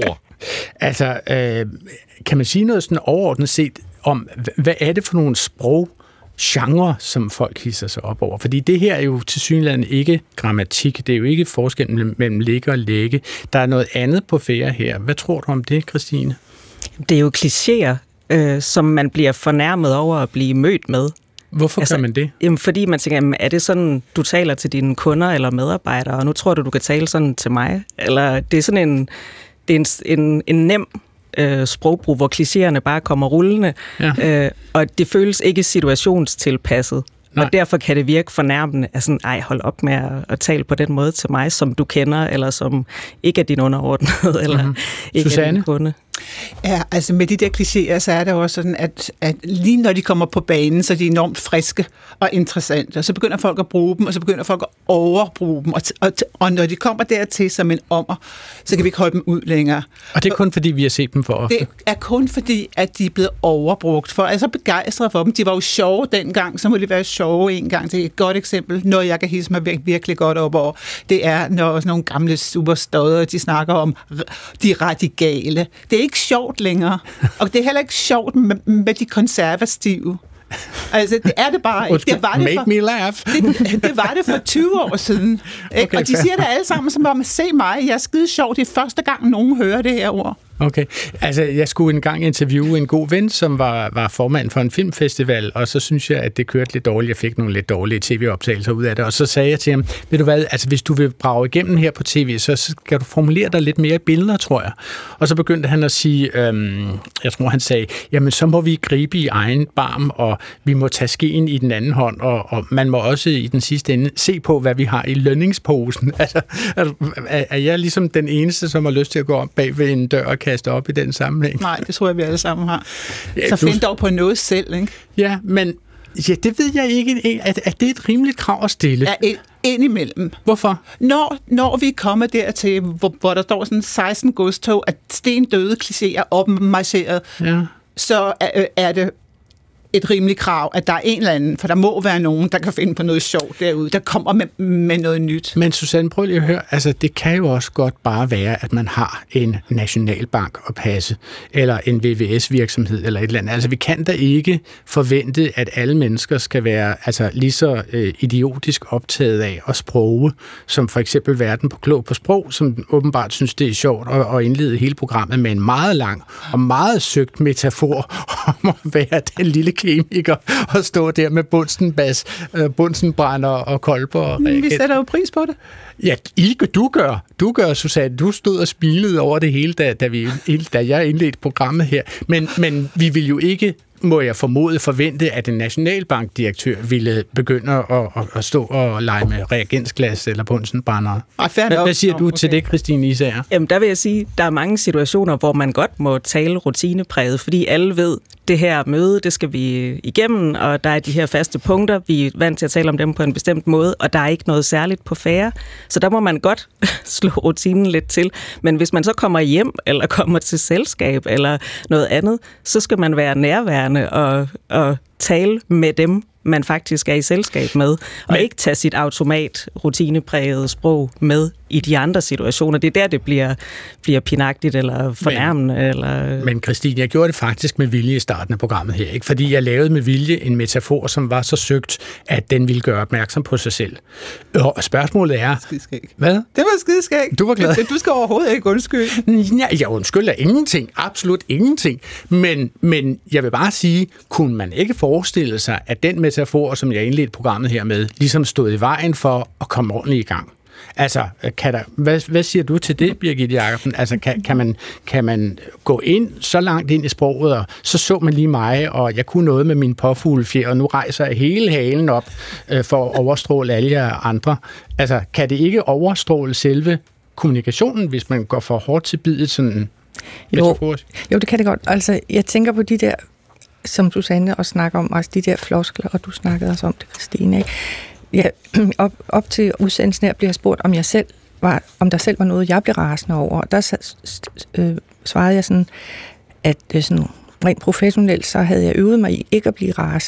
Altså, øh, kan man sige noget sådan overordnet set om, hvad er det for nogle sprog, genre, som folk hisser sig op over? Fordi det her er jo tilsyneladende ikke grammatik, det er jo ikke forskellen mellem ligge og lægge. Der er noget andet på færde her. Hvad tror du om det, Christine? Det er jo klichéer, øh, som man bliver fornærmet over at blive mødt med. Hvorfor altså, gør man det? Jamen, fordi man tænker, jamen, er det sådan, du taler til dine kunder eller medarbejdere, og nu tror du, du kan tale sådan til mig? Eller det er sådan en, det er en, en, en nem øh, sprogbrug, hvor klichéerne bare kommer rullende, ja. øh, og det føles ikke situationstilpasset. Nej. Og derfor kan det virke fornærmende, at sådan, ej, hold op med at, at tale på den måde til mig, som du kender, eller som ikke er din underordnede, eller mm-hmm. ikke Susanne? er din kunde. Ja, altså med de der klichéer, så er det også sådan, at, at lige når de kommer på banen, så er de enormt friske og interessante, og så begynder folk at bruge dem, og så begynder folk at overbruge dem, og, og, og når de kommer dertil som en ommer, så kan vi ikke holde dem ud længere. Og det er kun fordi, vi har set dem for ofte? Det er kun fordi, at de er blevet overbrugt. For jeg er så begejstret for dem. De var jo sjove dengang, så må de være sjove en gang. Det er et godt eksempel. Noget, jeg kan hisse mig virkelig godt op over, det er, når sådan nogle gamle superstodder, de snakker om de radikale. Det er ikke sjovt længere. Og det er heller ikke sjovt med, med de konservative. Altså, det er det bare ikke. Det var det Make for, me laugh. det, det var det for tyve år siden. Okay, og de siger det alle sammen som om, se mig, jeg er skide sjov. Det er første gang, nogen hører det her ord. Okay. Altså, jeg skulle engang interviewe en god ven, som var, var formand for en filmfestival, og så synes jeg, at det kørte lidt dårligt. Jeg fik nogle lidt dårlige tv-optagelser ud af det, og så sagde jeg til ham, ved du hvad, altså hvis du vil brage igennem her på tv, så skal du formulere dig lidt mere i billeder, tror jeg. Og så begyndte han at sige, øhm, jeg tror han sagde, jamen så må vi gribe i egen barm, og vi må tage skeen i den anden hånd, og, og man må også i den sidste ende se på, hvad vi har i lønningsposen. Altså, er, er jeg ligesom den eneste, som har lyst til at gå op bag ved en dør og kaste op i den sammenhæng? Nej, det tror jeg, vi alle sammen har. Ja, så find dog på noget selv, ikke? Ja, men ja, det ved jeg ikke. Er, er det et rimeligt krav at stille? Ja, ind, ind imellem. Hvorfor? Når, når vi kommer dertil, hvor, hvor der står sådan seksten godstog, at stendøde klichéer opmarcheret, ja. så er, er det et rimeligt krav, at der er en eller anden, for der må være nogen, der kan finde på noget sjovt derude, der kommer med, med noget nyt. Men Susanne, prøv lige at høre, altså det kan jo også godt bare være, at man har en nationalbank at passe, eller en V V S-virksomhed, eller et eller andet. Altså vi kan da ikke forvente, at alle mennesker skal være altså, lige så øh, idiotisk optaget af at sproge, som for eksempel Verden på Klog på Sprog, som åbenbart synes, det er sjovt at, at indlede hele programmet med en meget lang og meget søgt metafor om at være den lille kemiker og stå der med bunsenbas, bunsenbrænder og kolber. Og vi sætter jo pris på det. Ja, ikke du gør. Du gør, Susanne. Du stod og smilede over det hele, da, da, vi, da jeg indledte programmet her. Men, men vi vil jo ikke, må jeg formode, forvente, at en nationalbankdirektør ville begynde at, at, at stå og lege med reagensglas eller bunsenbrænder. Hvad, hvad siger du okay. til det, Christine Isager? Jamen, der vil jeg sige, der er mange situationer, hvor man godt må tale rutinepræget, fordi alle ved, det her møde, det skal vi igennem, og der er de her faste punkter, vi er vant til at tale om dem på en bestemt måde, og der er ikke noget særligt på færre, så der må man godt slå rutinen lidt til. Men hvis man så kommer hjem, eller kommer til selskab, eller noget andet, så skal man være nærværende og, og tale med dem, man faktisk er i selskab med, og Men... ikke tage sit automat rutineprægede sprog med i de andre situationer. Det er der, det bliver, bliver pinagtigt eller fornærmende. Men, eller... men Christine, jeg gjorde det faktisk med vilje i starten af programmet her, ikke? Fordi jeg lavede med vilje en metafor, som var så søgt, at den ville gøre opmærksom på sig selv. Og spørgsmålet er... Skideskæg. Hvad? Det var skideskæg. Du var glad. Du skal overhovedet ikke undskylde. Ja, jeg undskylder ingenting. Absolut ingenting. Men, men jeg vil bare sige, kunne man ikke forestille sig, at den metafor, som jeg indledte programmet her med, ligesom stod i vejen for at komme ordentligt i gang? Altså, kan der, hvad, hvad siger du til det, Birgitte Jacobsen? Altså, kan, kan, man, kan man gå ind så langt ind i sproget, og så så man lige mig, og jeg kunne noget med min påfuglefjer, og nu rejser jeg hele halen op øh, for at overstråle alle jer andre. Altså, kan det ikke overstråle selve kommunikationen, hvis man går for hårdt til bidet sådan metaforisk? Jo, det kan det godt. Altså, jeg tænker på de der, som Susanne også snakker om, altså de der floskler, og du snakkede også om det, Christine, ikke? Ja, op, op til udsendelsen her bliver jeg spurgt, om jeg selv var, om der selv var noget, jeg blev rasende over. Og der øh, svarede jeg sådan, at øh, sådan, rent professionelt, så havde jeg øvet mig i ikke at blive rasende.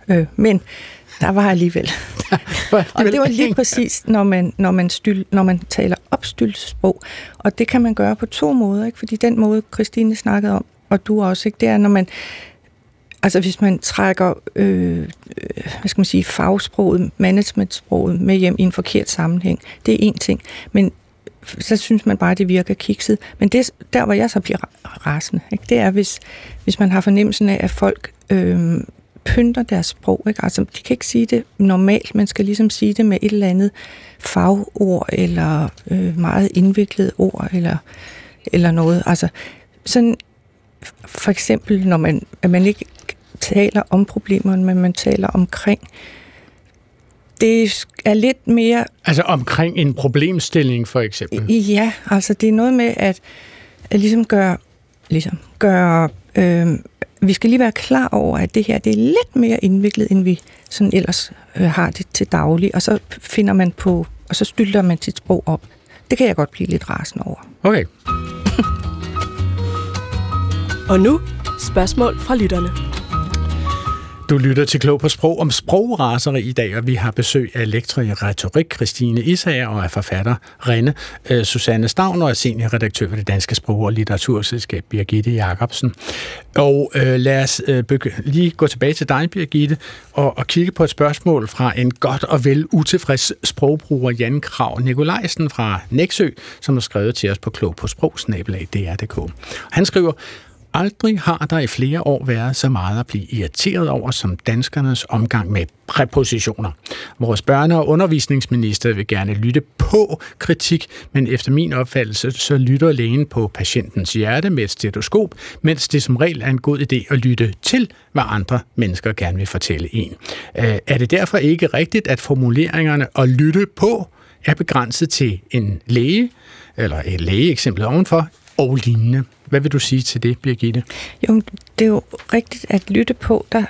Øh, men der var alligevel. Og det var lige præcis, når man, når man, styl, når man taler opstyltesprog. Og det kan man gøre på to måder, ikke? Fordi den måde, Christine snakkede om, og du også, ikke? Det er, når man, altså hvis man trækker, øh, hvad skal man sige, fagsproget, managementsproget med hjem i en forkert sammenhæng, det er én ting. Men så synes man bare, at det virker kikset. Men det, der, hvor jeg så bliver rasende, ikke? Det er, hvis, hvis man har fornemmelsen af, at folk øh, pynter deres sprog. Ikke? Altså, de kan ikke sige det normalt, man skal ligesom sige det med et eller andet fagord, eller øh, meget indviklet ord, eller, eller noget. Altså, sådan, for eksempel, når man, at man ikke taler om problemerne, men man taler omkring. Det er lidt mere... Altså omkring en problemstilling, for eksempel? Ja, altså det er noget med at, at ligesom gøre... Ligesom gøre øh, vi skal lige være klar over, at det her det er lidt mere indviklet, end vi sådan ellers øh, har det til daglig, og så finder man på, og så stylter man sit sprog op. Det kan jeg godt blive lidt rasende over. Okay. Og nu spørgsmål fra lytterne. Du lytter til Klog på Sprog om sprograseri i dag, og vi har besøg af lektor i retorik Christine Isager og af forfatter Rene øh, Susanne Stavn og er seniorredaktør ved Det Danske Sprog- og Litteraturselskab Birgitte Jacobsen. Og øh, lad os øh, begy- lige gå tilbage til dig, Birgitte, og, og kigge på et spørgsmål fra en godt og vel utilfreds sprogbruger, Jan Krag Nikolajsen fra Nexø, som har skrevet til os på klog på sprog snabel-a d r punktum d k. Han skriver: Aldrig har der i flere år været så meget at blive irriteret over som danskernes omgang med præpositioner. Vores børne- og undervisningsminister vil gerne lytte på kritik, men efter min opfattelse så lytter lægen på patientens hjerte med et stetoskop, mens det som regel er en god idé at lytte til, hvad andre mennesker gerne vil fortælle en. Er det derfor ikke rigtigt, at formuleringerne at lytte på er begrænset til en læge, eller et lægeeksempel ovenfor, og lignende? Hvad vil du sige til det, Birgitte? Jo, det er jo rigtigt at lytte på, der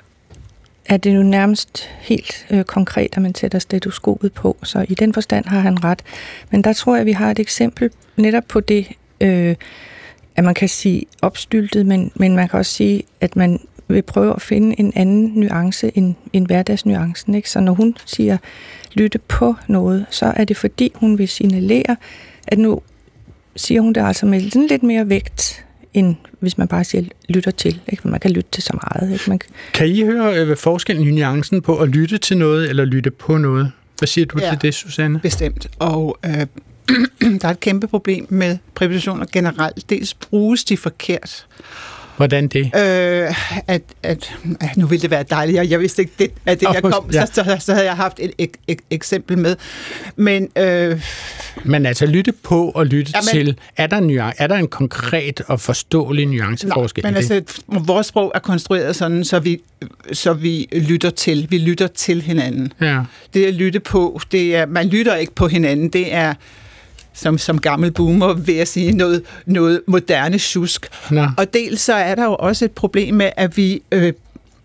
er det jo nærmest helt øh, konkret, at man sætter stetoskopet på, så i den forstand har han ret. Men der tror jeg, vi har et eksempel netop på det, øh, at man kan sige opstyltet, men, men man kan også sige, at man vil prøve at finde en anden nuance end, end hverdagsnuancen. Ikke? Så når hun siger lytte på noget, så er det fordi, hun vil signalere, at nu siger hun det altså med sådan lidt mere vægt, end hvis man bare siger, lytter til. Ikke? Man kan lytte til så meget. Ikke? Man kan... kan I høre øh, forskellen i nuancen på at lytte til noget, eller lytte på noget? Hvad siger du ja, til det, Susanne? Bestemt. Og øh, der er et kæmpe problem med præpositioner generelt. Dels bruges de forkert. Hvordan det? Øh, at, at, at, nu ville det være dejligt. Jeg, jeg vidste ikke, det, at det der kom, ja. så, så, så havde jeg haft et, et, et eksempel med. Men, øh, men altså lytte på og lytte ja, men, til, er der, nuance, er der en konkret og forståelig nuanceforskel? Men altså, vores sprog er konstrueret sådan, så vi, så vi lytter til. Vi lytter til hinanden. Ja. Det at lytte på, det er, man lytter ikke på hinanden, det er som, som gammel boomer vil jeg sige, noget, noget moderne sjusk. Nå. Og dels så er der jo også et problem med, at vi øh,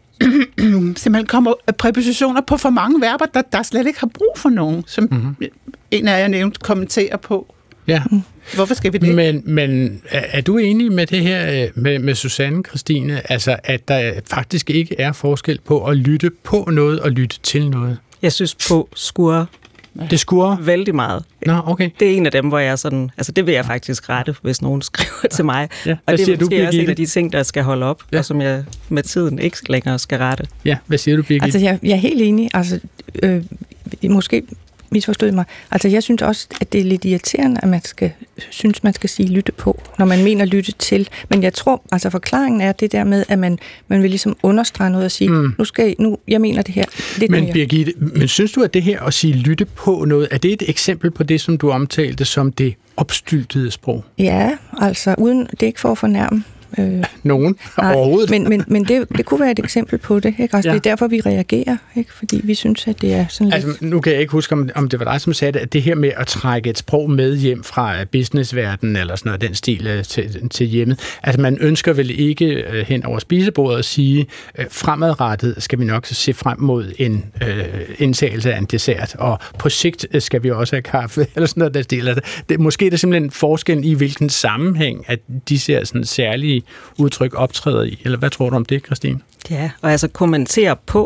simpelthen kommer præpositioner på for mange verber, der, der slet ikke har brug for nogen, som mm-hmm. en af jer nævnt kommenterer på. Ja. Hvorfor skal vi det? Men, men er, er du enig med det her med, med Susanne, Christine, altså at der faktisk ikke er forskel på at lytte på noget og lytte til noget? Jeg synes på skurer. Det skurer? Vældig meget. Nå, okay. Det er en af dem, hvor jeg sådan... Altså, det vil jeg faktisk rette, hvis nogen skriver til mig. Ja. Og det er måske du, også en af de ting, der skal holde op, ja. og som jeg med tiden ikke længere skal rette. Ja, hvad siger du, Birgitte? Altså, jeg, jeg er helt enig. Altså, øh, måske misforstod mig. Altså, jeg synes også, at det er lidt irriterende, at man skal, synes, man skal sige lytte på, når man mener lytte til. Men jeg tror, altså forklaringen er det der med, at man, man vil ligesom understrege noget og sige, mm. nu skal jeg, nu, jeg mener det her. Lidt men mere. Birgitte, men synes du, at det her at sige lytte på noget, er det et eksempel på det, som du omtalte som det opstyltede sprog? Ja, altså, uden, det er ikke for at fornærme Øh, Nogen nej, overhovedet. Men, men, men det, det kunne være et eksempel på det. Ikke? Altså, ja. Det er derfor, vi reagerer, ikke? Fordi vi synes, at det er sådan altså, lidt... Nu kan jeg ikke huske, om, om det var dig, som sagde det, at det her med at trække et sprog med hjem fra businessverdenen eller sådan noget, den stil til, til hjemmet. Altså, man ønsker vel ikke uh, hen over spisebordet at sige, uh, fremadrettet skal vi nok se frem mod en uh, indtagelse af en dessert, og på sigt uh, skal vi også have kaffe, eller sådan noget, der stil. Altså, det, måske er det simpelthen forskellen i, hvilken sammenhæng, at de ser sådan særlige udtryk optræder i. Eller hvad tror du om det, Christine? Ja, og altså kommentere på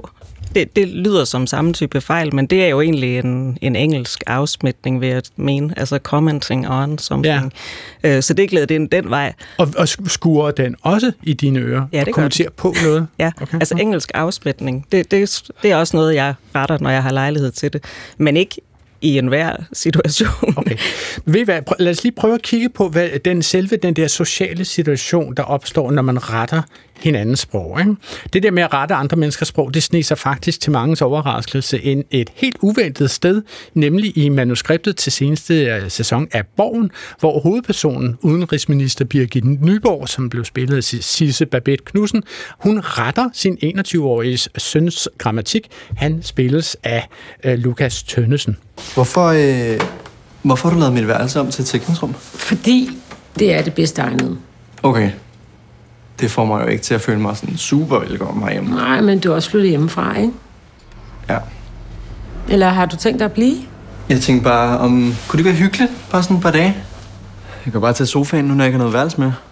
Det, det lyder som samme type fejl, men det er jo egentlig en, en engelsk afsmitning, vil jeg mene. Altså commenting on something. Ja. Øh, så det glæder den den vej. Og, og skuer den også i dine ører? Ja, det og kommenterer på noget? Ja, okay. Altså engelsk afsmitning. Det, det, det er også noget, jeg retter, når jeg har lejlighed til det. Men ikke i enhver situation. Okay. Ved hvad, lad os lige prøve at kigge på, hvad den selve den der sociale situation, der opstår, når man retter hinandens sprog. Ikke? Det der med at rette andre menneskers sprog, det sniger sig faktisk til mangens overraskelse ind et helt uventet sted, nemlig i manuskriptet til seneste sæson af Borgen, hvor hovedpersonen, udenrigsminister Birgit Nyborg, som blev spillet af Sisse Babette Knudsen, hun retter sin enogtyve-årige søns grammatik. Han spilles af øh, Lukas Tønnesen. Hvorfor, øh, hvorfor har du lavet mit værelse om til et sikringsrum? Fordi det er det bedste egnede. Okay. Det får mig jo ikke til at føle mig sådan super velkommen herhjemme. Nej, men du er også flyttet hjemmefra, ikke? Ja. Eller har du tænkt dig at blive? Jeg tænkte bare, om kunne det være hyggeligt? Bare sådan et par dage. Jeg kan bare tage sofaen, nu når jeg ikke har noget værelse med.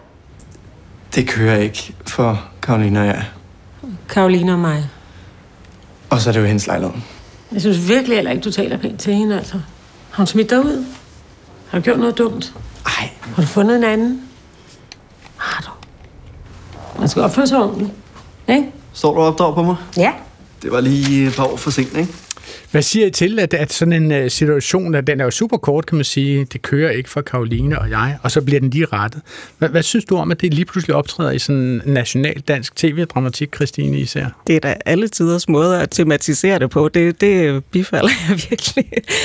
Det kører ikke for Karoline og jeg. Karoline og mig. Og så er det jo hendes lejlighed. Jeg synes virkelig heller ikke, du taler pænt til hende, altså. Har hun smidt dig ud? Har du gjort noget dumt? Ej. Har du fundet en anden? Har du? Man skal opføre sig ordentligt, ikke? Står du og opdrager på mig? Ja. Det var lige et par år for sent, ikke? Hvad siger I til, at, at sådan en uh, situation, at den er jo super kort, kan man sige, det kører ikke for Karoline og jeg, og så bliver den lige rettet. Hvad, hvad synes du om, at det lige pludselig optræder i sådan en national dansk tv-dramatik, Christine, især? Det er da alle tiders måder at tematisere det på. Det, det bifalder jeg virkelig.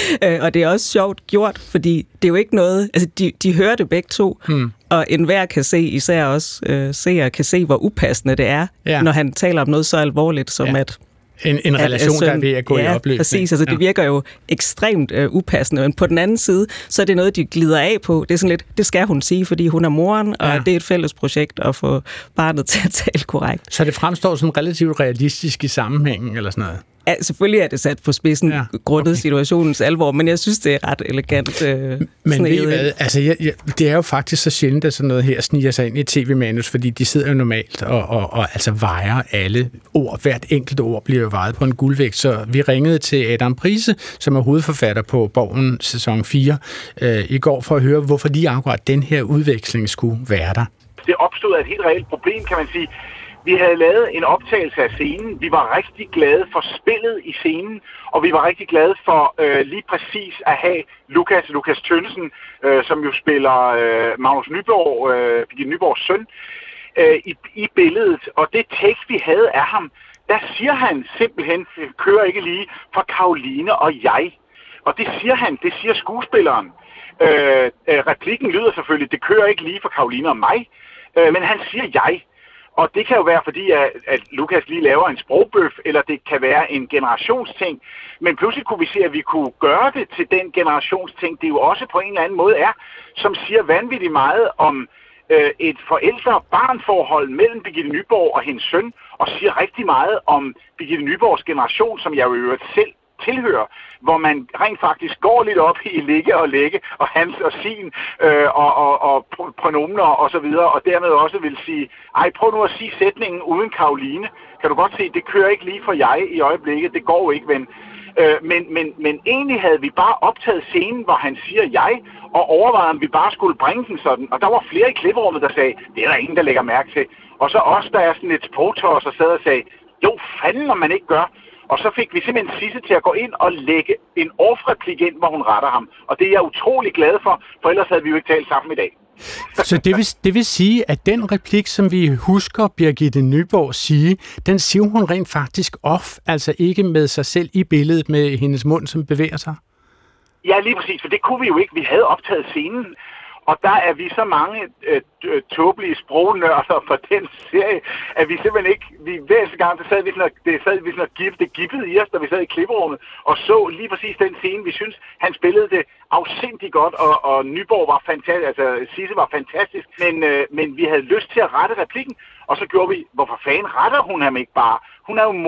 Og det er også sjovt gjort, fordi det er jo ikke noget... Altså, de, de hører det begge to, hmm. og enhver kan se, især også øh, seere, kan se, hvor upassende det er, ja. Når han taler om noget så alvorligt som ja. at... En, en relation, søn, der er ved at gå ja, i opløsning. Præcis. Altså, det virker jo ekstremt øh, upassende, men på den anden side, så er det noget, de glider af på. Det er sådan lidt, det skal hun sige, fordi hun er moren, ja. Og det er et fælles projekt at få barnet til at tale korrekt. Så det fremstår sådan relativt realistisk i sammenhængen, eller sådan noget? Ja, selvfølgelig er det sat på spidsen, ja, grundet okay. situationens alvor, men jeg synes, det er ret elegant øh, Men ved I hvad, altså, jeg, jeg, det er jo faktisk så sjældent, at sådan noget her sniger sig ind i tv-manus, fordi de sidder jo normalt og, og, og altså vejer alle ord. Hvert enkelt ord bliver jo vejet på en guldvægt, så vi ringede til Adam Prise, som er hovedforfatter på Borgen sæson fire, øh, i går for at høre, hvorfor lige akkurat den her udveksling skulle være der. Det opstod af et helt reelt problem, kan man sige. Vi havde lavet en optagelse af scenen. Vi var rigtig glade for spillet i scenen, og vi var rigtig glade for øh, lige præcis at have Lukas, Lukas Tønnesen, øh, som jo spiller øh, Magnus Nyborg, øh, Birgit Nyborgs søn, øh, i, i billedet. Og det tekst, vi havde af ham, der siger han simpelthen, kører ikke lige for Karoline og jeg. Og det siger han, det siger skuespilleren. Øh, øh, replikken lyder selvfølgelig, det kører ikke lige for Karoline og mig, øh, men han siger jeg. Og det kan jo være fordi, at, at Lukas lige laver en sprogbøf, eller det kan være en generationsting. Men pludselig kunne vi se, at vi kunne gøre det til den generationsting, det jo også på en eller anden måde er, som siger vanvittigt meget om øh, et forældre-barn-forhold mellem Birgitte Nyborg og hendes søn, og siger rigtig meget om Birgitte Nyborgs generation, som jeg jo i øvrigt selv tilhører, hvor man rent faktisk går lidt op i ligge og lægge, og hans og sin, øh, og, og, og pronomner og så videre, og dermed også vil sige, ej, prøv nu at sige sætningen uden Karoline. Kan du godt se, det kører ikke lige for jeg i øjeblikket, det går jo ikke, ven. Øh, men, men, men egentlig havde vi bare optaget scenen, hvor han siger jeg, og overvejede, om vi bare skulle bringe den sådan. Og der var flere i klipperummet, der sagde, det er der ingen, der lægger mærke til. Og så os, der er sådan et sprogtårs, og sad og sagde, jo, fanden, når man ikke gør. Og så fik vi simpelthen Sisse til at gå ind og lægge en off-replik ind, hvor hun retter ham. Og det er jeg utrolig glad for, for ellers havde vi jo ikke talt sammen i dag. Så det vil, det vil sige, at den replik, som vi husker Birgitte Nyborg sige, den siger hun rent faktisk off, altså ikke med sig selv i billedet med hendes mund, som bevæger sig? Ja, lige præcis, for det kunne vi jo ikke. Vi havde optaget scenen. Og der er vi så mange øh, tåbelige sprognørder for den serie, at vi simpelthen ikke, vi hver gang, der sad vi sådan, det sad vi sådan, det, det gibbede i os, da vi sad i klipperummet, og så lige præcis den scene, vi synes, han spillede det afsindigt godt, og, og Nyborg var fantastisk, altså Sisse var fantastisk, men, øh, men vi havde lyst til at rette replikken, og så gjorde vi, hvorfor fanden retter hun ham ikke bare? Hun er jo mor,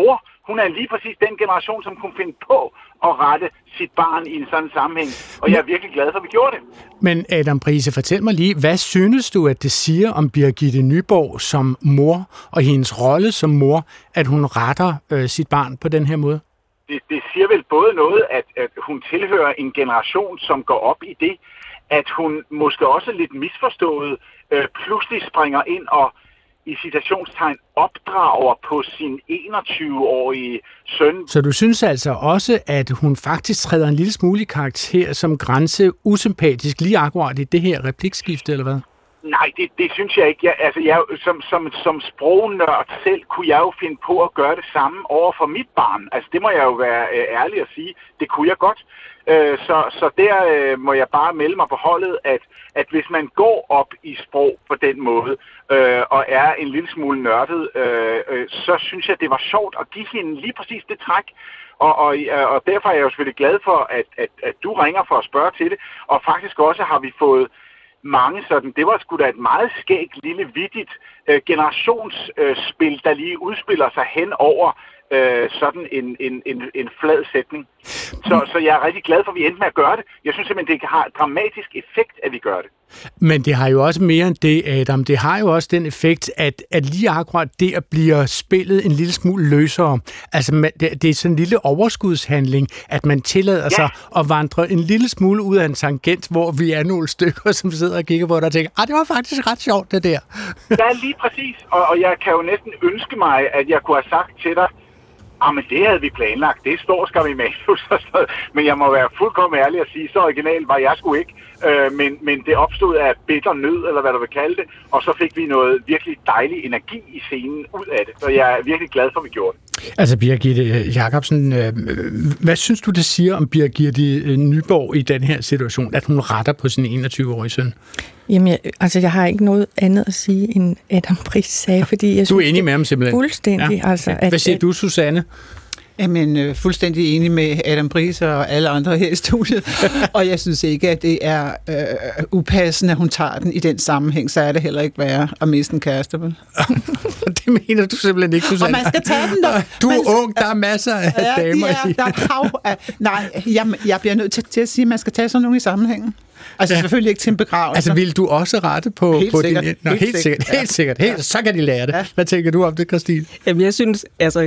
hun er lige præcis den generation, som kunne finde på at rette sit barn i en sådan sammenhæng. Og jeg er virkelig glad for, at vi gjorde det. Men Adam Price, fortæl mig lige, hvad synes du, at det siger om Birgitte Nyborg som mor, og hendes rolle som mor, at hun retter øh, sit barn på den her måde? Det, det siger vel både noget, at, at hun tilhører en generation, som går op i det, at hun måske også lidt misforstået øh, pludselig springer ind og i citationstegn opdrager på sin enogtyve-årige søn. Så du synes altså også, at hun faktisk træder en lille smule i karakter som grænse usympatisk lige akkurat i det her replikskifte, eller hvad? Nej, det, det synes jeg ikke. Jeg, altså, jeg, som, som, som sprognørd selv kunne jeg jo finde på at gøre det samme over for mit barn. Altså, det må jeg jo være øh, ærlig at sige. Det kunne jeg godt. Øh, så, så der øh, må jeg bare melde mig på holdet, at, at hvis man går op i sprog på den måde, øh, og er en lille smule nørdet, øh, øh, så synes jeg, det var sjovt at give hende lige præcis det træk. Og, og, og derfor er jeg jo selvfølgelig glad for, at, at, at du ringer for at spørge til det. Og faktisk også har vi fået mange sådan, det var sgu da et meget skægt, lille, vittigt øh, generationsspil, øh, der lige udspiller sig hen over øh, sådan en, en, en, en flad sætning. Så, så jeg er rigtig glad for, at vi endte med at gøre det. Jeg synes simpelthen, det har en dramatisk effekt, at vi gør det. Men det har jo også mere end det, Adam. Det har jo også den effekt, at, at lige akkurat det at blive spillet en lille smule løsere. Altså, man, det, det er sådan en lille overskudshandling, at man tillader ja. sig at vandre en lille smule ud af en tangent, hvor vi er nogle stykker, som sidder og kigger på det og tænker, ah, det var faktisk ret sjovt, det der. Ja, lige præcis. Og, og jeg kan jo næsten ønske mig, at jeg kunne have sagt til dig, ah, men det havde vi planlagt. Det står skam i manus og sådan noget. Men jeg må være fuldkommen ærlig at sige, så original var jeg sgu ikke. Øh, men, men det opstod af bitter nød, eller hvad du vil kalde det. Og så fik vi noget virkelig dejlig energi i scenen ud af det. Så jeg er virkelig glad for, at vi gjorde det. Altså, Birgitte Jacobsen, øh, hvad synes du, det siger om Birgitte Nyborg i den her situation, at hun retter på sin enogtyve-årige søn? Jamen, jeg, altså, jeg har ikke noget andet at sige, end Adam Price sagde, fordi jeg du er synes, enig med ham simpelthen? Fuldstændig. Ja. Altså, at, hvad siger at, du, Susanne? Jamen, øh, fuldstændig enig med Adam Price og alle andre her i studiet. Og jeg synes ikke, at det er øh, upassende, at hun tager den i den sammenhæng. Så er det heller ikke værre at miste en kæreste. Det mener du simpelthen ikke, Susanne. Og man skal tage den der. Du er man, ung, der er masser af ja, damer ja, i. Der er hav af, nej, jeg, jeg bliver nødt til, til at sige, at man skal tage sådan nogle i sammenhængen. Altså ja. Selvfølgelig ikke til en begravelse. Altså vil du også rette på, helt på sikkert. din... Nå, helt, helt sikkert. Ja. Helt sikkert. Helt, ja. Så kan de lære det. Ja. Hvad tænker du om det, Christine? Jamen jeg synes, altså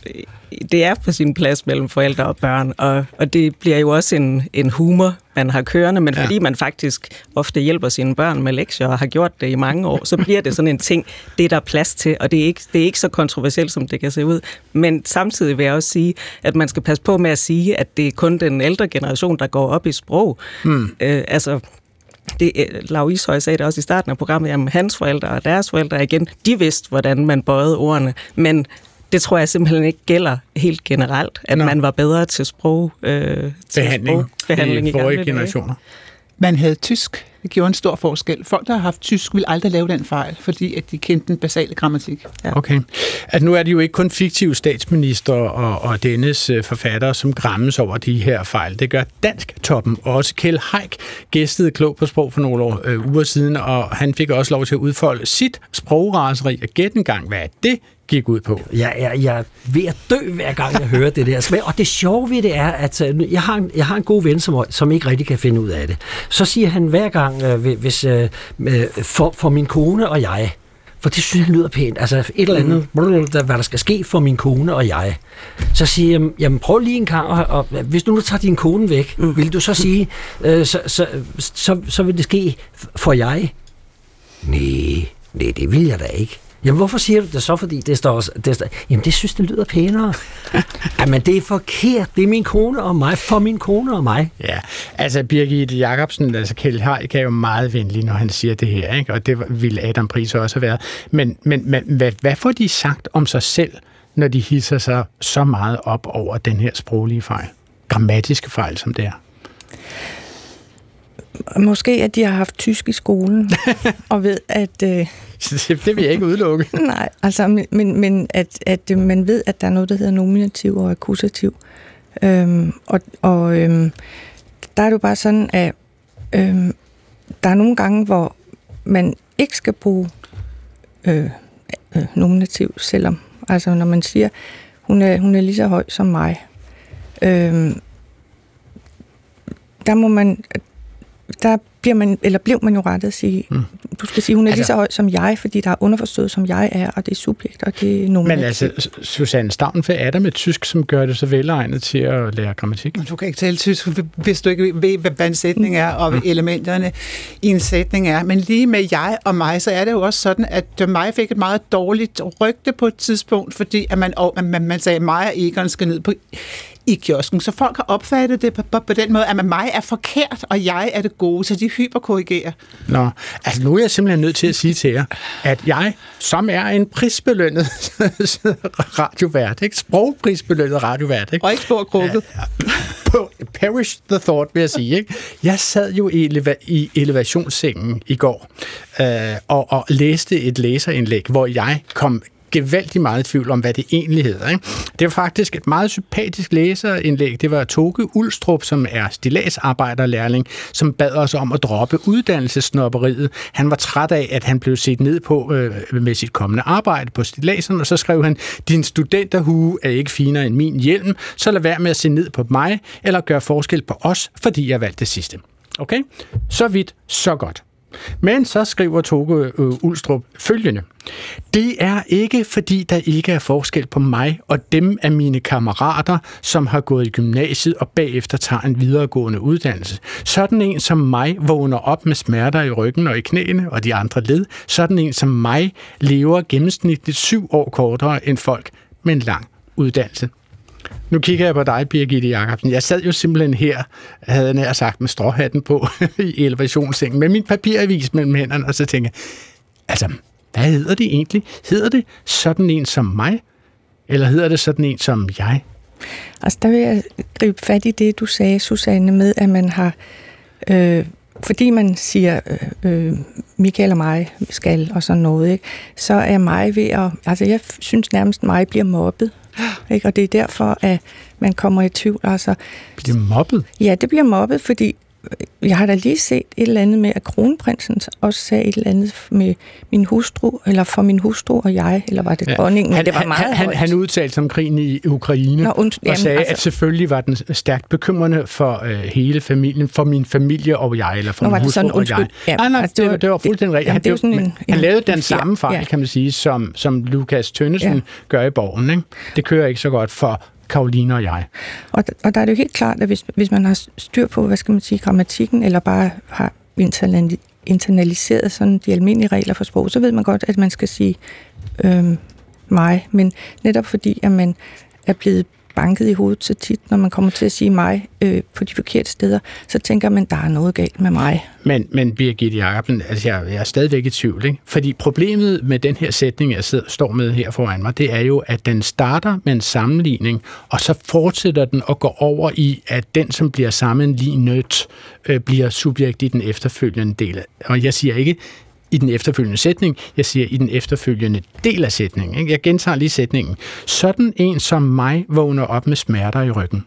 det er på sin plads mellem forældre og børn, og, og det bliver jo også en, en humor, man har kørende, men ja. fordi man faktisk ofte hjælper sine børn med lektier og har gjort det i mange år, så bliver det sådan en ting, det er der plads til, og det er ikke, det er ikke så kontroversielt, som det kan se ud. Men samtidig vil jeg også sige, at man skal passe på med at sige, at det er kun den ældre generation, der går op i sprog. Hmm. Øh, altså Det, Lau Ishøj sagde det også i starten af programmet, jamen hans forældre og deres forældre igen, de vidste, hvordan man bøjede ordene, men det tror jeg simpelthen ikke gælder helt generelt, at Nå. man var bedre til sprog, øh, til behandling, sprogbehandling i forrige generationer. Man havde tysk. Det gjorde en stor forskel. Folk, der har haft tysk, vil aldrig lave den fejl, fordi at de kendte den basale grammatik. Ja. Okay. Altså, nu er det jo ikke kun fiktive statsminister og, og dennes forfattere, som græmmes over de her fejl. Det gør Dansk-toppen. Også Kjeld Haik gæstede Klog på Sprog for nogle år, øh, uger siden, og han fik også lov til at udfolde sit sprograseri. Og gæt en gang, hvad er det gik ud på? Jeg er, jeg er ved at dø, hver gang jeg hører det der. Og det sjove ved det er, at jeg har en, jeg har en god ven, som, som ikke rigtig kan finde ud af det. Så siger han hver gang, hvis øh, for, for min kone og jeg, for det synes jeg lyder pænt, altså et eller andet, mm. hvad der skal ske for min kone og jeg, så siger jeg, jamen prøv lige en gang, og, og hvis du nu tager din kone væk, mm. vil du så sige, øh, så, så, så, så vil det ske for jeg? Nej, nej, det vil jeg da ikke. Jamen, hvorfor siger du det så? Fordi det står, det står jamen, det synes, det lyder pænere. Jamen, det er forkert. Det er min kone og mig, for min kone og mig. Ja, altså Birgitte Jacobsen, altså Kjeld Haik er jo meget venlig, når han siger det her, ikke? Og det ville Adam Price også have været. Men, men, men hvad, hvad får de sagt om sig selv, når de hisser sig så meget op over den her sproglige fejl? Grammatiske fejl, som det er. Måske, at de har haft tysk i skolen, og ved, at... Øh, det vil jeg ikke udelukke. Nej, altså, men, men at, at man ved, at der er noget, der hedder nominativ og akkusativ. Øhm, og og øhm, der er det jo bare sådan, at øhm, der er nogle gange, hvor man ikke skal bruge øh, øh, nominativ, selvom, altså når man siger, hun er, hun er lige så høj som mig. Øhm, der må man, der bliver man, eller blev man jo rettet at sige, mm. du skal sige, hun er altså, lige så høj som jeg, fordi der er underforstået, som jeg er, og det er subjekt, og det er nogen. Men altså, Susanne Stavn, hvad er der med tysk, som gør det så velegnet til at lære grammatik? Du kan ikke tale tysk, hvis du ikke ved, hvad en sætning er, og hvad elementerne i en sætning er. Men lige med jeg og mig, så er det jo også sådan, at mig fik et meget dårligt rygte på et tidspunkt, fordi at man, at man, man sagde, at mig og Egon skal ned på i kiosken. Så folk har opfattet det på, på, på den måde, at mig er forkert, og jeg er det gode, så de hyperkorrigerer. Nå, altså nu er jeg simpelthen nødt til at sige til jer, at jeg, som er en prisbelønnet radiovært, ikke? Sprogprisbelønnet radiovært, ikke? Og ikke sporkrukket. Perish the thought, vil jeg sige, ikke? Jeg sad jo i, eleva- i elevationssengen i går, øh, og, og læste et læserindlæg, hvor jeg kom gevaldigt meget i tvivl om, hvad det egentlig hedder. Ikke? Det var faktisk et meget sympatisk læserindlæg. Det var Toge Ulstrup, som er stilladsarbejderlærling, som bad os om at droppe uddannelsesnopperiet. Han var træt af, at han blev set ned på øh, med sit kommende arbejde på stilladserne, og så skrev han, din studenterhue er ikke finere end min hjelm, så lad være med at se ned på mig, eller gøre forskel på os, fordi jeg valgte det sidste. Okay? Så vidt, så godt. Men så skriver Toge Ulstrup følgende. Det er ikke, fordi der ikke er forskel på mig og dem af mine kammerater, som har gået i gymnasiet og bagefter tager en videregående uddannelse. Sådan en som mig vågner op med smerter i ryggen og i knæene og de andre led. Sådan en som mig lever gennemsnitligt syv år kortere end folk med en lang uddannelse. Nu kigger jeg på dig, Birgitte Jacobsen. Jeg sad jo simpelthen her, havde jeg nær sagt med stråhatten på i elevationssengen, med min papiravis mellem hænderne, og så tænker jeg, altså, hvad hedder det egentlig? Hedder det sådan en som mig, eller hedder det sådan en som jeg? Altså, der vil jeg gribe fat i det, du sagde, Susanne, med, at man har, øh, fordi man siger, øh, Michael og mig skal, og sådan noget, ikke? Så er mig ved at, altså jeg synes nærmest, mig bliver mobbet. Ikke? Og det er derfor, at man kommer i tvivl. Altså, bliver mobbet? Ja, det bliver mobbet, fordi jeg har da lige set et eller andet med, at kronprinsen også sagde et eller andet med min hustru, eller for min hustru og jeg, eller var det ja. dronningen, men det var meget han, han, han udtalte sig omkring i Ukraine, Nå, und, og jamen, sagde, altså, at selvfølgelig var den stærkt bekymrende for øh, hele familien, for min familie og jeg, eller for Nå, min hustru og jeg. Ja, nej, nej, altså, det, var, det var fuldstændig rigtigt. Han, det, han, han lavede den samme fejl, ja. kan man sige, som, som Lukas Tønnesen ja. gør i Borgen. Ikke? Det kører ikke så godt for Karoline og jeg. Og, og der er det jo helt klart, at hvis, hvis man har styr på, hvad skal man sige, grammatikken, eller bare har internaliseret sådan de almindelige regler for sprog, så ved man godt, at man skal sige øh, mig. Men netop fordi, at man er blevet banket i hovedet så tit, når man kommer til at sige mig øh, på de forkerte steder, så tænker man, der er noget galt med mig. Men, men Birgitte Jacobsen, altså jeg, jeg er stadigvæk i tvivl, ikke? Fordi problemet med den her sætning, jeg sidder, står med her foran mig, det er jo, at den starter med en sammenligning, og så fortsætter den og går over i, at den, som bliver sammenlignet, øh, bliver subjekt i den efterfølgende del. Og jeg siger ikke i den efterfølgende sætning, jeg siger i den efterfølgende del af sætningen. Ikke? Jeg gentager lige sætningen. Sådan en som mig vågner op med smerter i ryggen.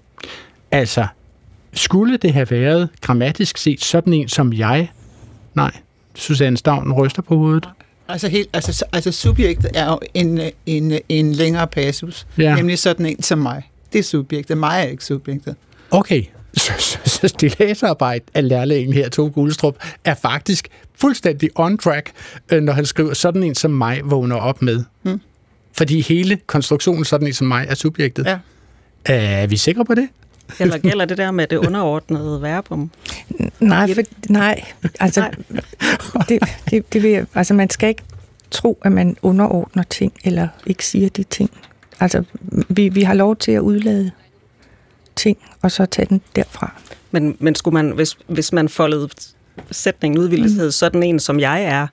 Altså, skulle det have været grammatisk set sådan en som jeg? Nej, Susanne Stavn ryster på hovedet. Altså, helt, altså, altså subjektet er jo en, en, en længere passus, ja. Nemlig sådan en som mig. Det er subjektet, mig er ikke subjektet. Okay. Så, så, så stilladsarbejde af lærlingen her, Toge Ulstrup, er faktisk fuldstændig on track, når han skriver, sådan en som mig vågner op med. Hmm. Fordi hele konstruktionen, sådan en som mig, er subjektet. Ja. Er vi sikre på det? Eller gælder det der med det underordnede verbum? Nej, for, nej. Altså, det, det, det vil jeg, altså, man skal ikke tro, at man underordner ting, eller ikke siger de ting. Altså, vi, vi har lov til at udlade ting, og så tage den derfra. Men, men skulle man, hvis, hvis man foldede sætningen ud, ville det hedde sådan en, som jeg er?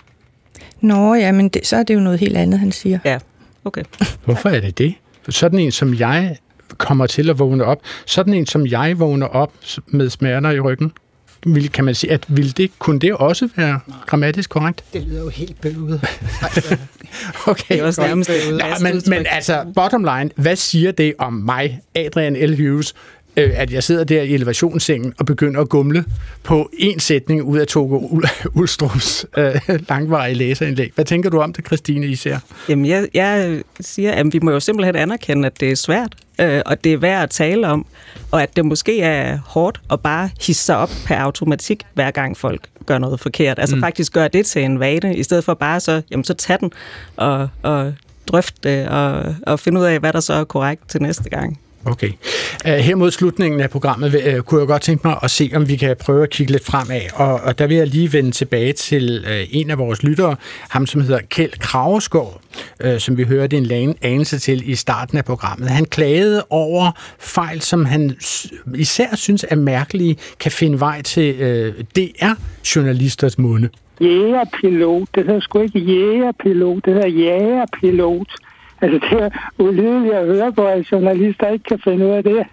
Nå, ja, men det, så er det jo noget helt andet, han siger. Ja, okay. Hvorfor er det det? Sådan en, som jeg kommer til at vågne op. Sådan en, som jeg vågner op med smerter i ryggen. Vil, kan man sige, at vil det, kunne det også være grammatisk korrekt? Det lyder jo helt bøvet. Okay, det er også nærmest Nej, men, men altså, bottom line, hvad siger det om mig, Adrian L. Hughes, øh, at jeg sidder der i elevationssengen og begynder at gumle på en sætning ud af Togo Ulstrums øh, langvarige læserindlæg. Hvad tænker du om det, Christine Især? Jamen, jeg, jeg siger, at vi må jo simpelthen anerkende, at det er svært, øh, og det er værd at tale om, og at det måske er hårdt at bare hisse sig op per automatik, hver gang folk gør noget forkert. Altså mm. faktisk gøre det til en vane, i stedet for bare så, jamen, så tage den og, og drøfte det, og, og finde ud af, hvad der så er korrekt til næste gang. Okay. Her mod slutningen af programmet kunne jeg godt tænke mig at se, om vi kan prøve at kigge lidt fremad. Og, og der vil jeg lige vende tilbage til en af vores lyttere, ham som hedder Kjeld Kraveskov, som vi hørte en anelse til i starten af programmet. Han klagede over fejl, som han især synes er mærkelige, kan finde vej til D R-journalisters munde. Jægerpilot, det hedder sgu ikke jægerpilot, det hedder jægerpilot. Altså, det er ulydeligt at høre på, at journalister ikke kan finde ud af det.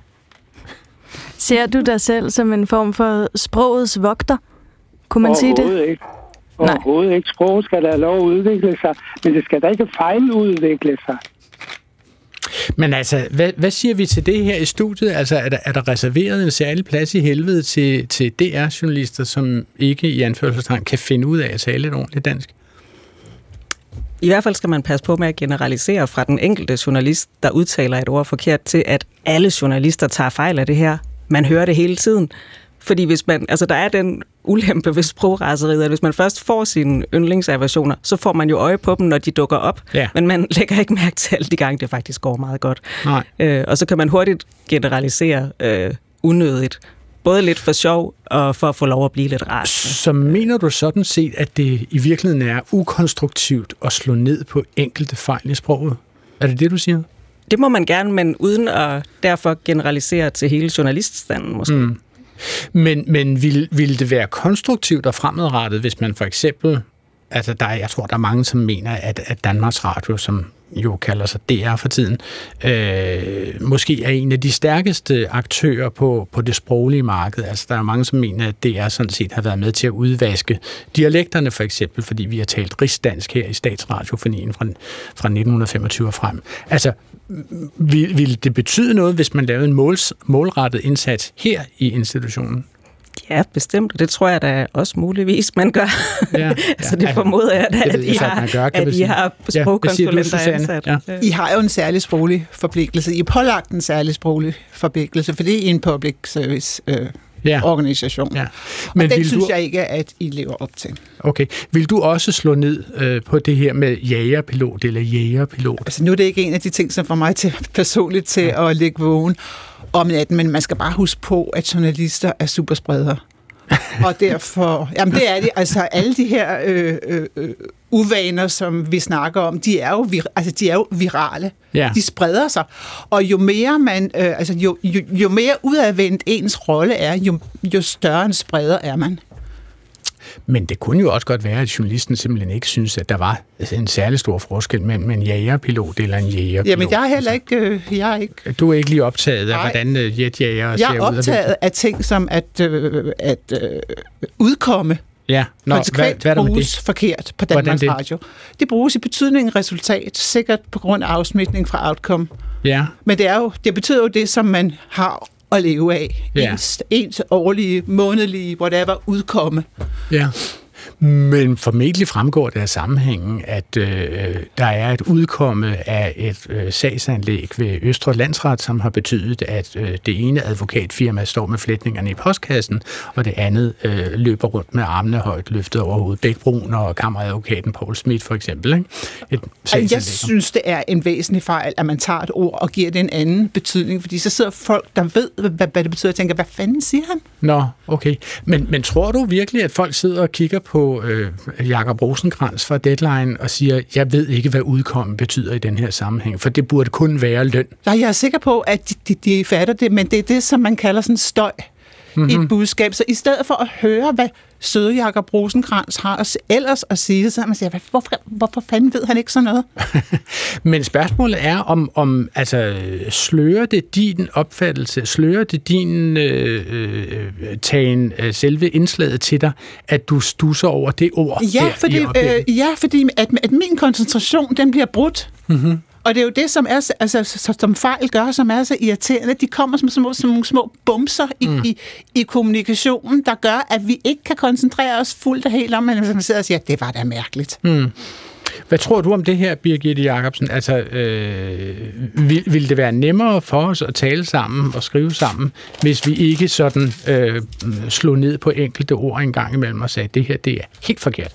Ser du dig selv som en form for sprogets vogter? Kunne man sige det? Overhovedet ikke. Overhovedet ikke. Sprog skal da have lov at udvikle sig, men det skal da ikke fejludvikle sig. Men altså, hvad, hvad siger vi til det her i studiet? Altså, er der, er der reserveret en særlig plads i helvede til, til D R-journalister, som ikke i anførselstegn kan finde ud af at tale et ordentligt dansk? I hvert fald skal man passe på med at generalisere fra den enkelte journalist, der udtaler et ord forkert, til at alle journalister tager fejl af det her. Man hører det hele tiden. Fordi hvis man, altså der er den ulempe ved sprograseriet, at hvis man først får sine yndlingsaversioner, så får man jo øje på dem, når de dukker op. Ja. Men man lægger ikke mærke til alle de gange, det faktisk går meget godt. Nej. Øh, og så kan man hurtigt generalisere øh, unødigt. Både lidt for sjov og for at få lov at blive lidt rart. Så mener du sådan set, at det i virkeligheden er ukonstruktivt at slå ned på enkelte fejl i sproget? Er det det, du siger? Det må man gerne, men uden at derfor generalisere til hele journaliststanden måske. Mm. Men, men vil, vil det være konstruktivt og fremadrettet, hvis man for eksempel, altså der, jeg tror, der er mange, som mener, at, at Danmarks Radio, som jo kalder sig D R for tiden, øh, måske er en af de stærkeste aktører på, på det sproglige marked. Altså, der er mange, som mener, at D R sådan set har været med til at udvaske dialekterne, for eksempel, fordi vi har talt rigsdansk her i Statsradiofonien fra, fra nitten femogtyve og frem. Altså, vil, vil det betyde noget, hvis man lavede en måls, målrettet indsats her i institutionen? Ja, bestemt, og det tror jeg da også muligvis, man gør. Ja, altså det formoder jeg da, at I har, gør, at I har sprogkonsulenter ansat. Ja. I har jo en særlig sproglig forpligtelse. I er pålagt en særlig sproglig forpligtelse, for det er en public service øh, ja. organisation. Ja. Men og den synes du... jeg ikke, at I lever op til. Okay. Vil du også slå ned øh, på det her med jagerpilot eller jægerpilot? Altså nu er det ikke en af de ting, som får mig til, personligt til ja. at ligge vågen om natten, men man skal bare huske på, at journalister er superspredere. Og derfor, jamen det er det, altså alle de her øh, øh, uvaner, som vi snakker om, de er jo, vir- altså, de er jo virale. Ja. De spreder sig. Og jo mere man, øh, altså jo, jo, jo mere udadvendt ens rolle er, jo, jo større en spreder er man. Men det kunne jo også godt være, at journalisten simpelthen ikke synes, at der var en særlig stor forskel mellem en jægerpilot eller en jægerpilot. Jamen, jeg er heller ikke... Øh, jeg er ikke... Du er ikke lige optaget af, hvordan øh, jetjæger ser ud? Jeg er optaget af, af ting som at, øh, at øh, udkomme. Ja. Nå, konsekvent hvad, hvad bruges forkert på Danmarks det? Radio. Det bruges i betydningen resultat, sikkert på grund af afsmitning fra outcome. Ja. Men det, er jo, det betyder jo det, som man har at leve af. Ja. Ens, ens årlige, månedlige, whatever, udkomme. Ja. Men formentlig fremgår det af sammenhængen, at øh, der er et udkomme af et øh, sagsanlæg ved Østre Landsret, som har betydet, at øh, det ene advokatfirma står med flætningerne i postkassen, og det andet øh, løber rundt med armene højt løftet over hovedet. Bæk Brun og kammeradvokaten Poul Schmidt for eksempel. Ikke? Et altså, jeg synes, det er en væsentlig fejl, at man tager et ord og giver det en anden betydning, fordi så sidder folk, der ved, hvad, hvad det betyder, og tænker, hvad fanden siger han? Nå, okay. Men, men tror du virkelig, at folk sidder og kigger på på øh, Jakob Rosenkrantz fra Deadline og siger, jeg ved ikke, hvad udkommen betyder i den her sammenhæng, for det burde kun være løn. Nej, jeg er sikker på, at de, de, de fatter det, men det er det, som man kalder sådan støj mm-hmm. i et budskab. Så i stedet for at høre, hvad søde Jakob Rosenkrantz har ellers at sige, så man siger, hvorfor, hvorfor fanden ved han ikke sådan noget? Men spørgsmålet er, om, om altså, slører det din opfattelse, slører det din øh, øh, tagen øh, selve indslaget til dig, at du stusser over det ord? Ja, fordi, øh, ja, fordi at, at min koncentration, den bliver brudt. Mm-hmm. Og det er jo det, som, er, altså, som fejl gør, som er så irriterende. De kommer som små, som nogle små bumser i, mm. i, i kommunikationen, der gør, at vi ikke kan koncentrere os fuldt og helt om, men man sidder og siger, det var da mærkeligt. Mm. Hvad tror du om det her, Birgitte Jacobsen? Altså, øh, vil, vil det være nemmere for os at tale sammen og skrive sammen, hvis vi ikke sådan øh, slog ned på enkelte ord en gang imellem og sagde, det her, det er helt forkert?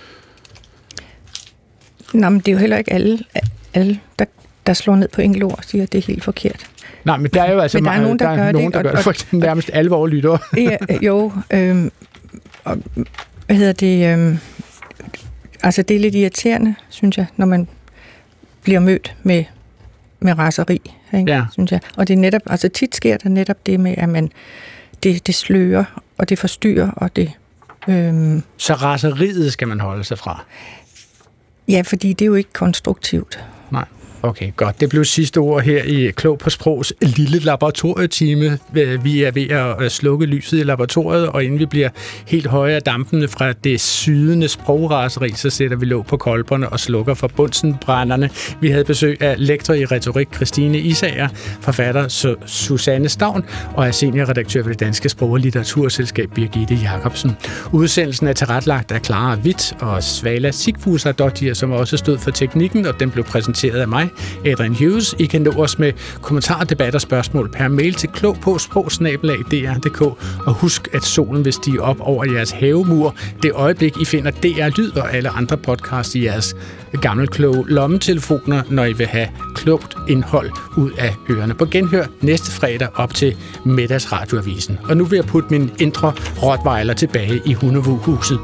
Nå, men det er jo heller ikke alle, alle der, der slår ned på enkelte ord og siger, at det er helt forkert. Nej, men der er jo altså men der er nogen, der, der, gør, er nogen, det, der gør det, for og, nærmest alle vores lyttere. Ja, jo, øh, og, hvad hedder det... Øh, altså, det er lidt irriterende, synes jeg, når man bliver mødt med, med raseri, ikke? Ja. Synes jeg. Og det er netop, altså tit sker der netop det med, at man, det, det slører, og det forstyrrer, og det... Øh, Så raseriet skal man holde sig fra? Ja, fordi det er jo ikke konstruktivt. Nej. Okay, godt. Det blev sidste ord her i Klog på Sprogs lille laboratorietime. Vi er ved at slukke lyset i laboratoriet, og inden vi bliver helt høje af dampene fra det sydende sprograseri, så sætter vi låg på kolberne og slukker for bunsenbrænderne. Vi havde besøg af lektor i retorik Christine Isager, forfatter Susanne Stavn og er seniorredaktør ved det Danske Sprog- og Litteraturselskab Birgitte Jacobsen. Udsendelsen er tilrettelagt af Clara Witt og Svala Sigfusardottir, som også stod for teknikken, og den blev præsenteret af mig, Adrian Hughes. I kan nå os med kommentarer, debat og spørgsmål per mail til klog på sprog snabel-a d r punktum d k. Og husk, at solen vil stige op over jeres havemur det øjeblik, I finder D R Lyd og alle andre podcasts i jeres gammelkloge lommetelefoner, når I vil have klogt indhold ud af ørerne. På genhør næste fredag op til Middagsradioavisen. Og nu vil jeg putte min indre rottweiler tilbage i hundehuset.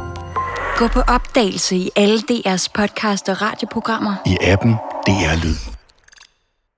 Gå på opdagelse i alle D R's podcast og radioprogrammer. I appen D R Lyd.